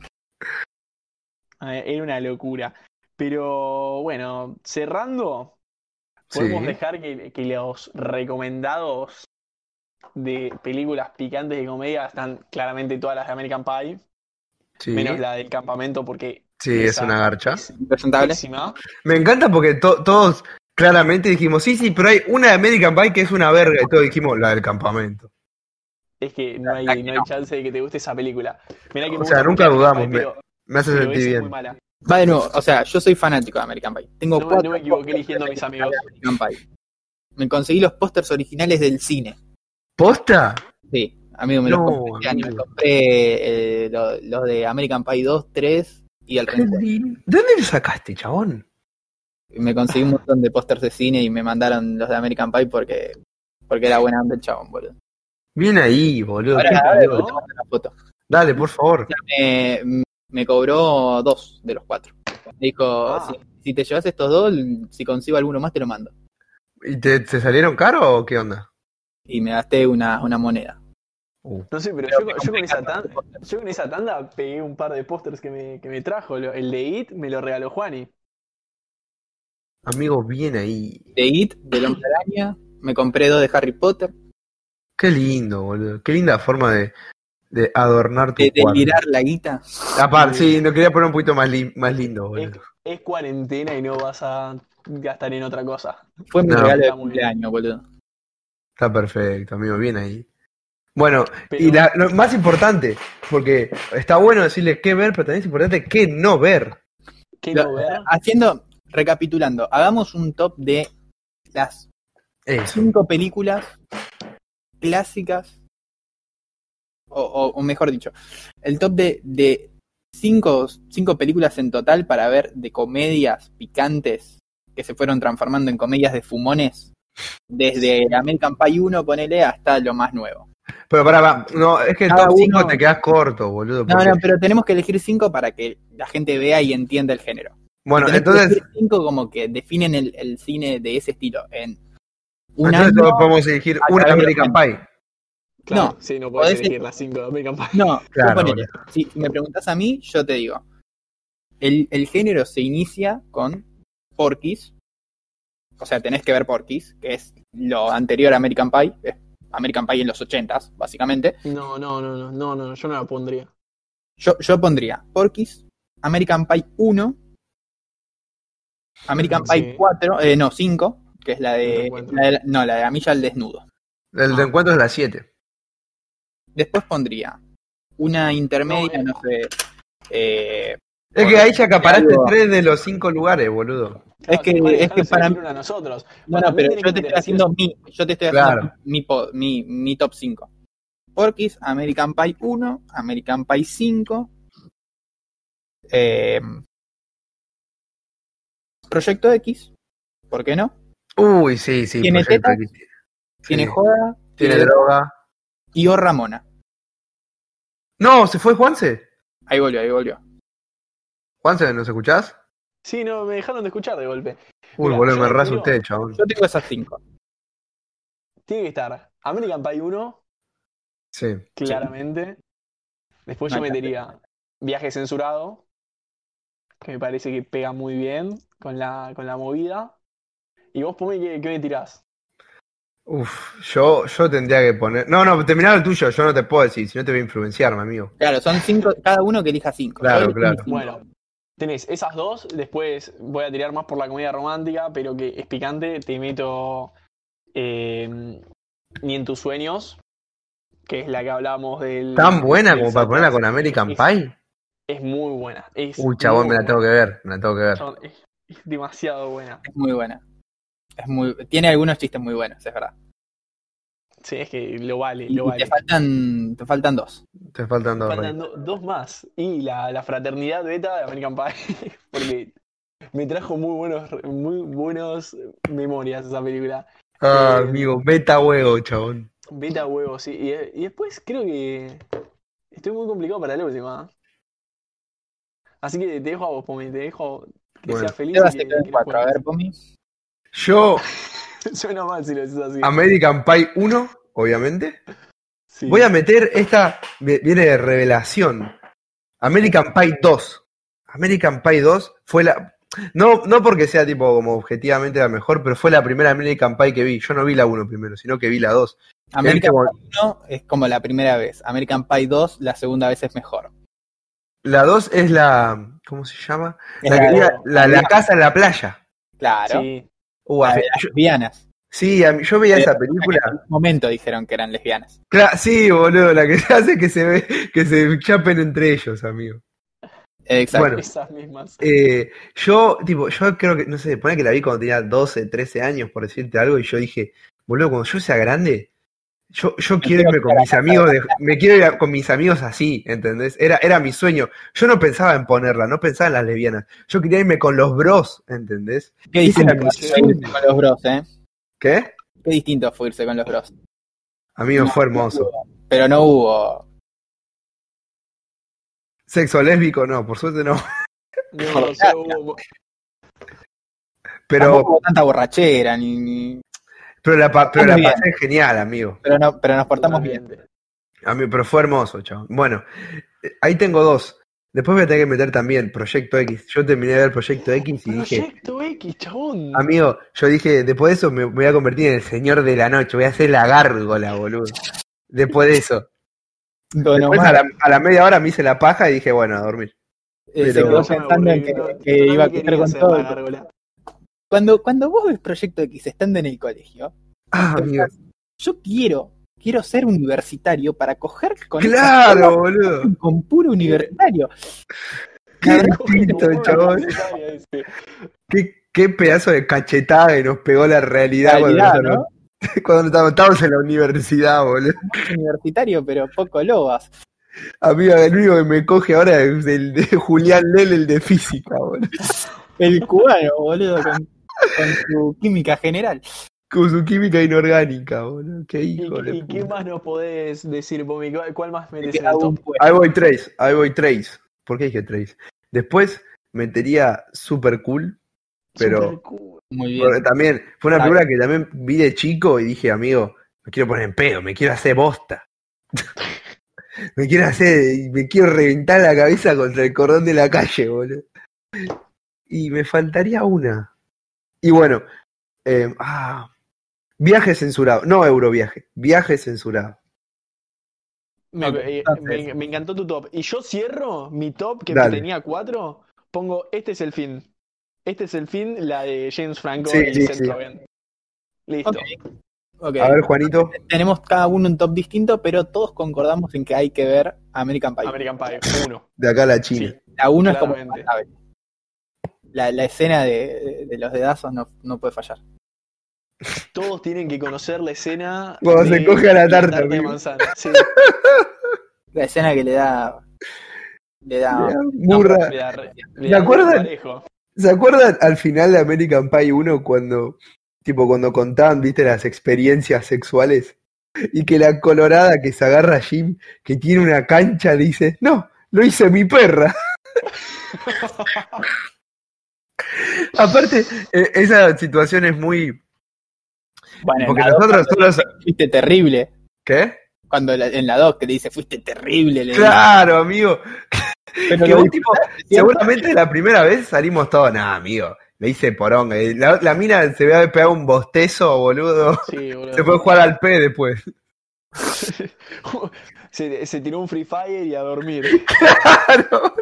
Ah, Era una locura. Pero bueno, cerrando, podemos Sí, dejar que, que los recomendados de películas picantes de comedia están claramente todas las de American Pie, sí, menos la del campamento porque sí, es esa una garcha. es ¿Impresentable? pésima. Me encanta porque to- todos claramente dijimos, sí, sí, pero hay una de American Pie que es una verga, y todos dijimos la del campamento. Es que no hay, no hay chance de que te guste esa película. Mirá que O me sea, gusta nunca mucho American dudamos, Pie, pero, Me hace pero sentir esa es muy bien. mala. Va de nuevo, o sea, yo soy fanático de American Pie. Tengo No, me- cuatro no me equivoqué pósters eligiendo a mis amigos. de American Pie. Me conseguí los pósters originales del cine. ¿Posta? Sí, amigo, me No, los compré este año. Me amigo. compré eh, lo- los de American Pie dos, tres y el Qué reencuentro. lindo. ¿De dónde lo sacaste, chabón? Me conseguí un montón de pósters de cine y me mandaron los de American Pie porque, porque era buena onda el chabón, boludo. Bien ahí, boludo. Ahora, qué ahora lindo. te mando una foto. Dale, por favor. Me, me cobró dos de los cuatro. Me dijo, Ah. si, si te llevas estos dos, si consigo alguno más te lo mando. ¿Y te, te salieron caros o qué onda? Y me gasté una, una moneda. Uh, No sé, pero Pero yo, me yo compré con esa cartas de tanda, pósters. yo con esa tanda pegué un par de pósters que me, que me trajo. Lo- El de It me lo regaló Juani. amigo, bien ahí. De It, del Hombre Araña, me compré dos de Harry Potter. Qué lindo, boludo. Qué linda forma de, de adornar tu De cuarto. delirar la guita. Aparte, sí, no quería poner un poquito más, li- más lindo, Es, boludo. es cuarentena y no vas a gastar en otra cosa. Fue mi No. regalo de Está muy bien. cumpleaños, boludo. Está perfecto, amigo, bien ahí. Bueno, Pero- y la, lo más importante, porque está bueno decirle qué ver, pero también es importante qué no ver. ¿Qué Lo- no ver? Haciendo, recapitulando, hagamos un top de las Eso. cinco películas clásicas, o, o- o mejor dicho, el top de, de cinco, cinco películas en total para ver de comedias picantes que se fueron transformando en comedias de fumones, desde American Pie uno, ponele, hasta lo más nuevo. Pero para, para, no, es que el Cada top cinco uno- te quedas corto, boludo. No, porque- no, pero tenemos que elegir cinco para que la gente vea y entienda el género. Bueno, Tenés que entonces, elegir cinco como que definen el, el cine de ese estilo. En un entonces año, podemos elegir a una través de American Pie. Claro, no, sí, no podés podés- elegir las cinco de American Pie. no, Claro, vos ponele, si me preguntás a mí, yo te digo, el, el género se inicia con Porky's, o sea, tenés que ver Porky's, que es lo anterior a American Pie, es American Pie en los ochentas, básicamente. No, no, no, no, no, no, yo no la pondría. Yo, yo pondría Porky's, American Pie uno, American Sí. Pie cuatro, eh, no, cinco, que es la de, Reencuentro. la de- no, la de la milla al desnudo. El de Ah. encuentro es la siete. Después pondría una intermedia, No, no, sé. eh, Es que ahí ya acaparaste algo- tres de los cinco lugares, boludo. es que, Vale, es que dejanos para elegir mí. una a nosotros. No, Para no, mí pero tenés yo que te estoy elegir- haciendo mi, yo te estoy Claro. haciendo mi, po- mi, mi top cinco. Porky's, American Pie uno, American Pie cinco, eh, Proyecto X, ¿por qué no? Uy, sí, sí. ¿Tiene Proyecto tetas? X. Tiene Sí. joda, Tiene droga. y O Ramona. No, ¿se fue Juanse? Ahí volvió, ahí volvió. Juanse, ¿nos escuchás? Sí, no, me dejaron de escuchar de golpe. Uy, Mira, boludo, yo me te raso digo- usted, chabón. Yo tengo esas cinco. Tiene que estar American Pie uno, Sí. claramente. Después No yo hay metería Viaje Censurado, que me parece que pega muy bien con la, con la movida. Y vos, Pumi, ¿qué, qué me tirás? Uf, yo, yo tendría que poner. No, no, terminar el tuyo, yo no te puedo decir, si no te voy a influenciar, mi amigo. Claro, son cinco, cada uno que elija cinco. Claro, Yo elegí claro. cinco. Bueno, tenés esas dos, después voy a tirar más por la comedia romántica, pero que es picante, te meto eh, Ni en tus sueños, que es la que hablábamos del... Tan buena del como para ponerla Satanás. con American Es- Pie. Es muy buena. Es Uy, chabón, me muy la tengo que buena. ver, me la tengo que ver. Chabón, es, es demasiado buena. Es muy buena. Es muy, tiene algunos chistes muy buenos, es verdad. Sí, es que lo vale, Y, lo y vale. te faltan, te faltan dos. Te faltan dos, Faltan Mike. do- dos más. Y la, la fraternidad beta de American Pie. Porque me trajo muy buenos, muy buenos memorias esa película. Ah, Eh, amigo, meta huevo, chabón. Beta huevo, sí. Y, y después creo que estoy muy complicado para la última. Así que te dejo a vos, Pomi, te dejo que Bueno, seas feliz y Sebas se que, quedó en que la cuatro. A juegues. ver, Pomi. yo, Suena mal si lo dices así. American Pie uno, obviamente. Sí. Voy a meter esta, vi- viene de revelación. American Pie dos. American Pie dos fue la... No, no porque sea tipo como objetivamente la mejor, pero fue la primera American Pie que vi. Yo no vi la uno primero, sino que vi la dos. American como- Pie uno es como la primera vez. American Pie dos, la segunda vez es mejor. La dos es la... ¿Cómo se llama? Es La, la que de- era- la, la casa en la playa. Claro. Sí. Uh, La a de fe- las yo- lesbianas. sí, a mí- yo veía Eh, esa En película. algún momento dijeron que eran lesbianas. Cla- sí, boludo, la que hace que se ve, que se chapen entre ellos, amigo. Exacto. Bueno. Esas mismas. Eh, yo, tipo, yo creo que, no sé, pone que la vi cuando tenía doce, trece años, por decirte algo, y yo dije, boludo, cuando yo sea grande, yo, yo quiero quiero irme con ir a la mis casa amigos, de de- me quiero ir a- con mis amigos así, ¿entendés? Era, era mi sueño. Yo no pensaba en ponerla, no pensaba en las lesbianas. Yo quería irme con los bros, ¿entendés? Qué Ese distinto era mi fue irse sueño. con los bros, ¿eh? ¿Qué? Qué distinto fue irse con los bros. Amigo, No, fue hermoso. Pero no hubo. Sexo lésbico, no, por suerte no. No, Por o sea, hubo- Pero, Tampoco hubo tanta borrachera, ni, ni- pero la, pa- pero la Bien. pasé genial, amigo. Pero no, pero nos portamos bien. totalmente. A mí, pero fue hermoso, chabón. Bueno, eh, ahí tengo dos. Después voy a tener que meter también Proyecto X. Yo terminé de ver Proyecto X y dije, Proyecto X, chabón. amigo, yo dije, después de eso me voy a convertir en el señor de la noche, voy a hacer la gárgola, boludo. Después de eso. Don Después Omar, a la, a la media hora me hice la paja y dije, bueno, a dormir. eh, se pero- quedó No, yo me pensando en aburrí, que, no, que yo iba a también coger quería con hacer todo. la gárgola. Cuando, cuando vos ves Proyecto X estando en el colegio, Ah, amigo. pensás, yo quiero, quiero ser universitario para coger con esas Claro, cosas boludo. con puro universitario. Qué Como distinto, una chabón. universitaria, ese. Qué, qué pedazo de cachetada que nos pegó la realidad, Realidad, cuando, ¿no? cuando estábamos estábamos en la universidad, boludo. Universitario, pero poco lobas. Amigo, el único que me coge ahora es el de Julián Lel, el de física, boludo. El cubano, boludo, con, con su química general. Con su química inorgánica, boludo. Qué ¿Y, hijo de y qué puta. más nos podés decir, Pomi? ¿Cuál, cuál más Te metes en queda el un top? puesto. Ahí voy tres, ahí voy tres. ¿Por qué dije tres? Después metería Super Cool, pero Super cool. Muy bien. pero también fue una Claro. película que también vi de chico y dije, amigo, me quiero poner en pedo, me quiero hacer bosta. me quiero hacer, me quiero reventar la cabeza contra el cordón de la calle, boludo. Y me faltaría una. Y bueno, eh, ah, viaje censurado, no Euroviaje, viaje censurado. Me, Ok, eh, entonces. me- me encantó tu top. Y yo cierro mi top, que Dale. tenía cuatro. Pongo, este es el fin. Este es el fin, la de James Franco Sí, y sí, Seth sí. Rogen. Listo. Ok. Ok. A ver, Juanito. Tenemos cada uno un top distinto, pero todos concordamos en que hay que ver American Pie. American Pie, uno. De acá a la China. Sí, La uno es como claramente. clave. La, la escena de, de- de los dedazos no, no puede fallar. Todos tienen que conocer la escena. Cuando de se coge a la tarta, de amigo. manzana. Sí, La escena que le da. Le da. Murra. le da re- le ¿Se da acuerdan? parejo. ¿Se acuerdan al final de American Pie uno cuando, tipo, cuando contaban, viste, las experiencias sexuales? Y que la colorada que se agarra a Jim, que tiene una cancha, le dice, no, lo hice mi perra. Aparte, eh, esa situación es muy... Bueno, Porque en la dos, nosotros cuando solos... dice, fuiste terrible. ¿Qué? Cuando la- en la dos que le dice fuiste terrible. Le dice. Claro, amigo. Pero Que lo vos, disfrutaste, tipo, ¿cierto? seguramente la primera vez salimos todos, nada, amigo. Le hice poronga. Y La, la mina se ve pegado un bostezo, boludo. Sí, boludo. Se puede jugar al P después. se, se tiró un Free Fire y a dormir. Claro.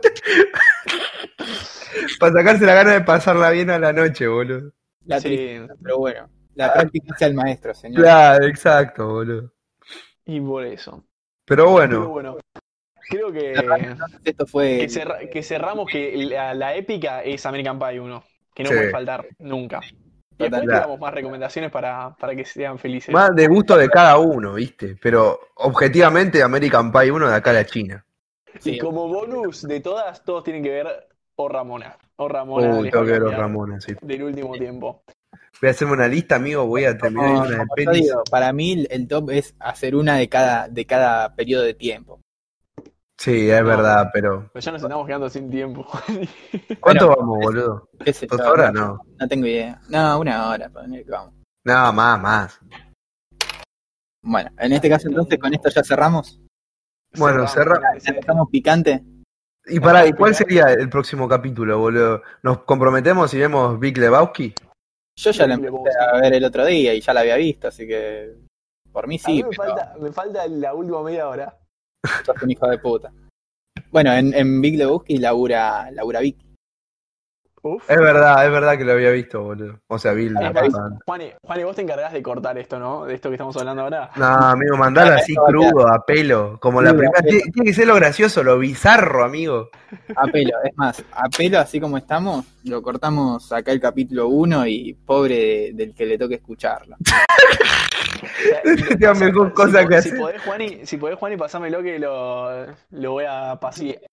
Para sacarse la gana de pasarla bien a la noche, boludo. La Sí. tristeza, pero bueno. La práctica hace al maestro, señor. Claro, exacto, boludo. Y por eso. Pero Pero bueno, bueno. Creo que, Esto fue. que, cerra- que cerramos que la, la épica es American Pie uno, que no Sí. puede faltar nunca. Y después Total. tiramos más recomendaciones para, para que sean felices. Más de gusto de cada uno, ¿viste? Pero objetivamente American Pie uno de acá a la China. Sí, Y como bonus de todas, todos tienen que ver O Ramona. O Ramona Uy, les tengo va a que ver los cambiar Ramones, sí. del último tiempo. Voy a hacerme una lista, amigo, voy a terminar como- viendo una de como yo pelis. digo, para mí el top es hacer una de cada, de cada periodo de tiempo. Sí, es No, verdad, pero... Pero ya nos estamos quedando sin tiempo. ¿Cuánto Bueno, vamos, es- boludo? ¿Qué sé ¿Dos yo? horas? No. No tengo idea. No, una hora, ponele que vamos. No, más, más. Bueno, en este caso entonces con esto ya cerramos. Bueno, cerra- Ya empezamos picante. Y pará, ¿y cuál sería el próximo capítulo, boludo? ¿Nos comprometemos y vemos Big Lebowski? Yo ya la Big empecé Lebowski. a ver el otro día y ya la había visto, así que por mí A mí sí, me pero falta, me falta la última media hora. sos un hijo de puta. Bueno, en, en Big Lebowski labura, labura Vicky. Uf. Es verdad, es verdad que lo había visto, boludo. O sea, Bill. Es no, más, pasa. Juani, Juani, vos te encargás de cortar esto, ¿no? De esto que estamos hablando ahora. No, amigo, mandalo así Esto va a crudo, a pelo. Como la Sí, a primera. pelo. Tiene, tiene que ser lo gracioso, lo bizarro, amigo. A pelo, es más, a pelo así como estamos, lo cortamos acá el capítulo uno y pobre de- del que le toque escucharlo. Es la mejor cosa si, que si hacer. podés, Juani, si podés, Juani, pasámelo que lo, lo voy a pasi-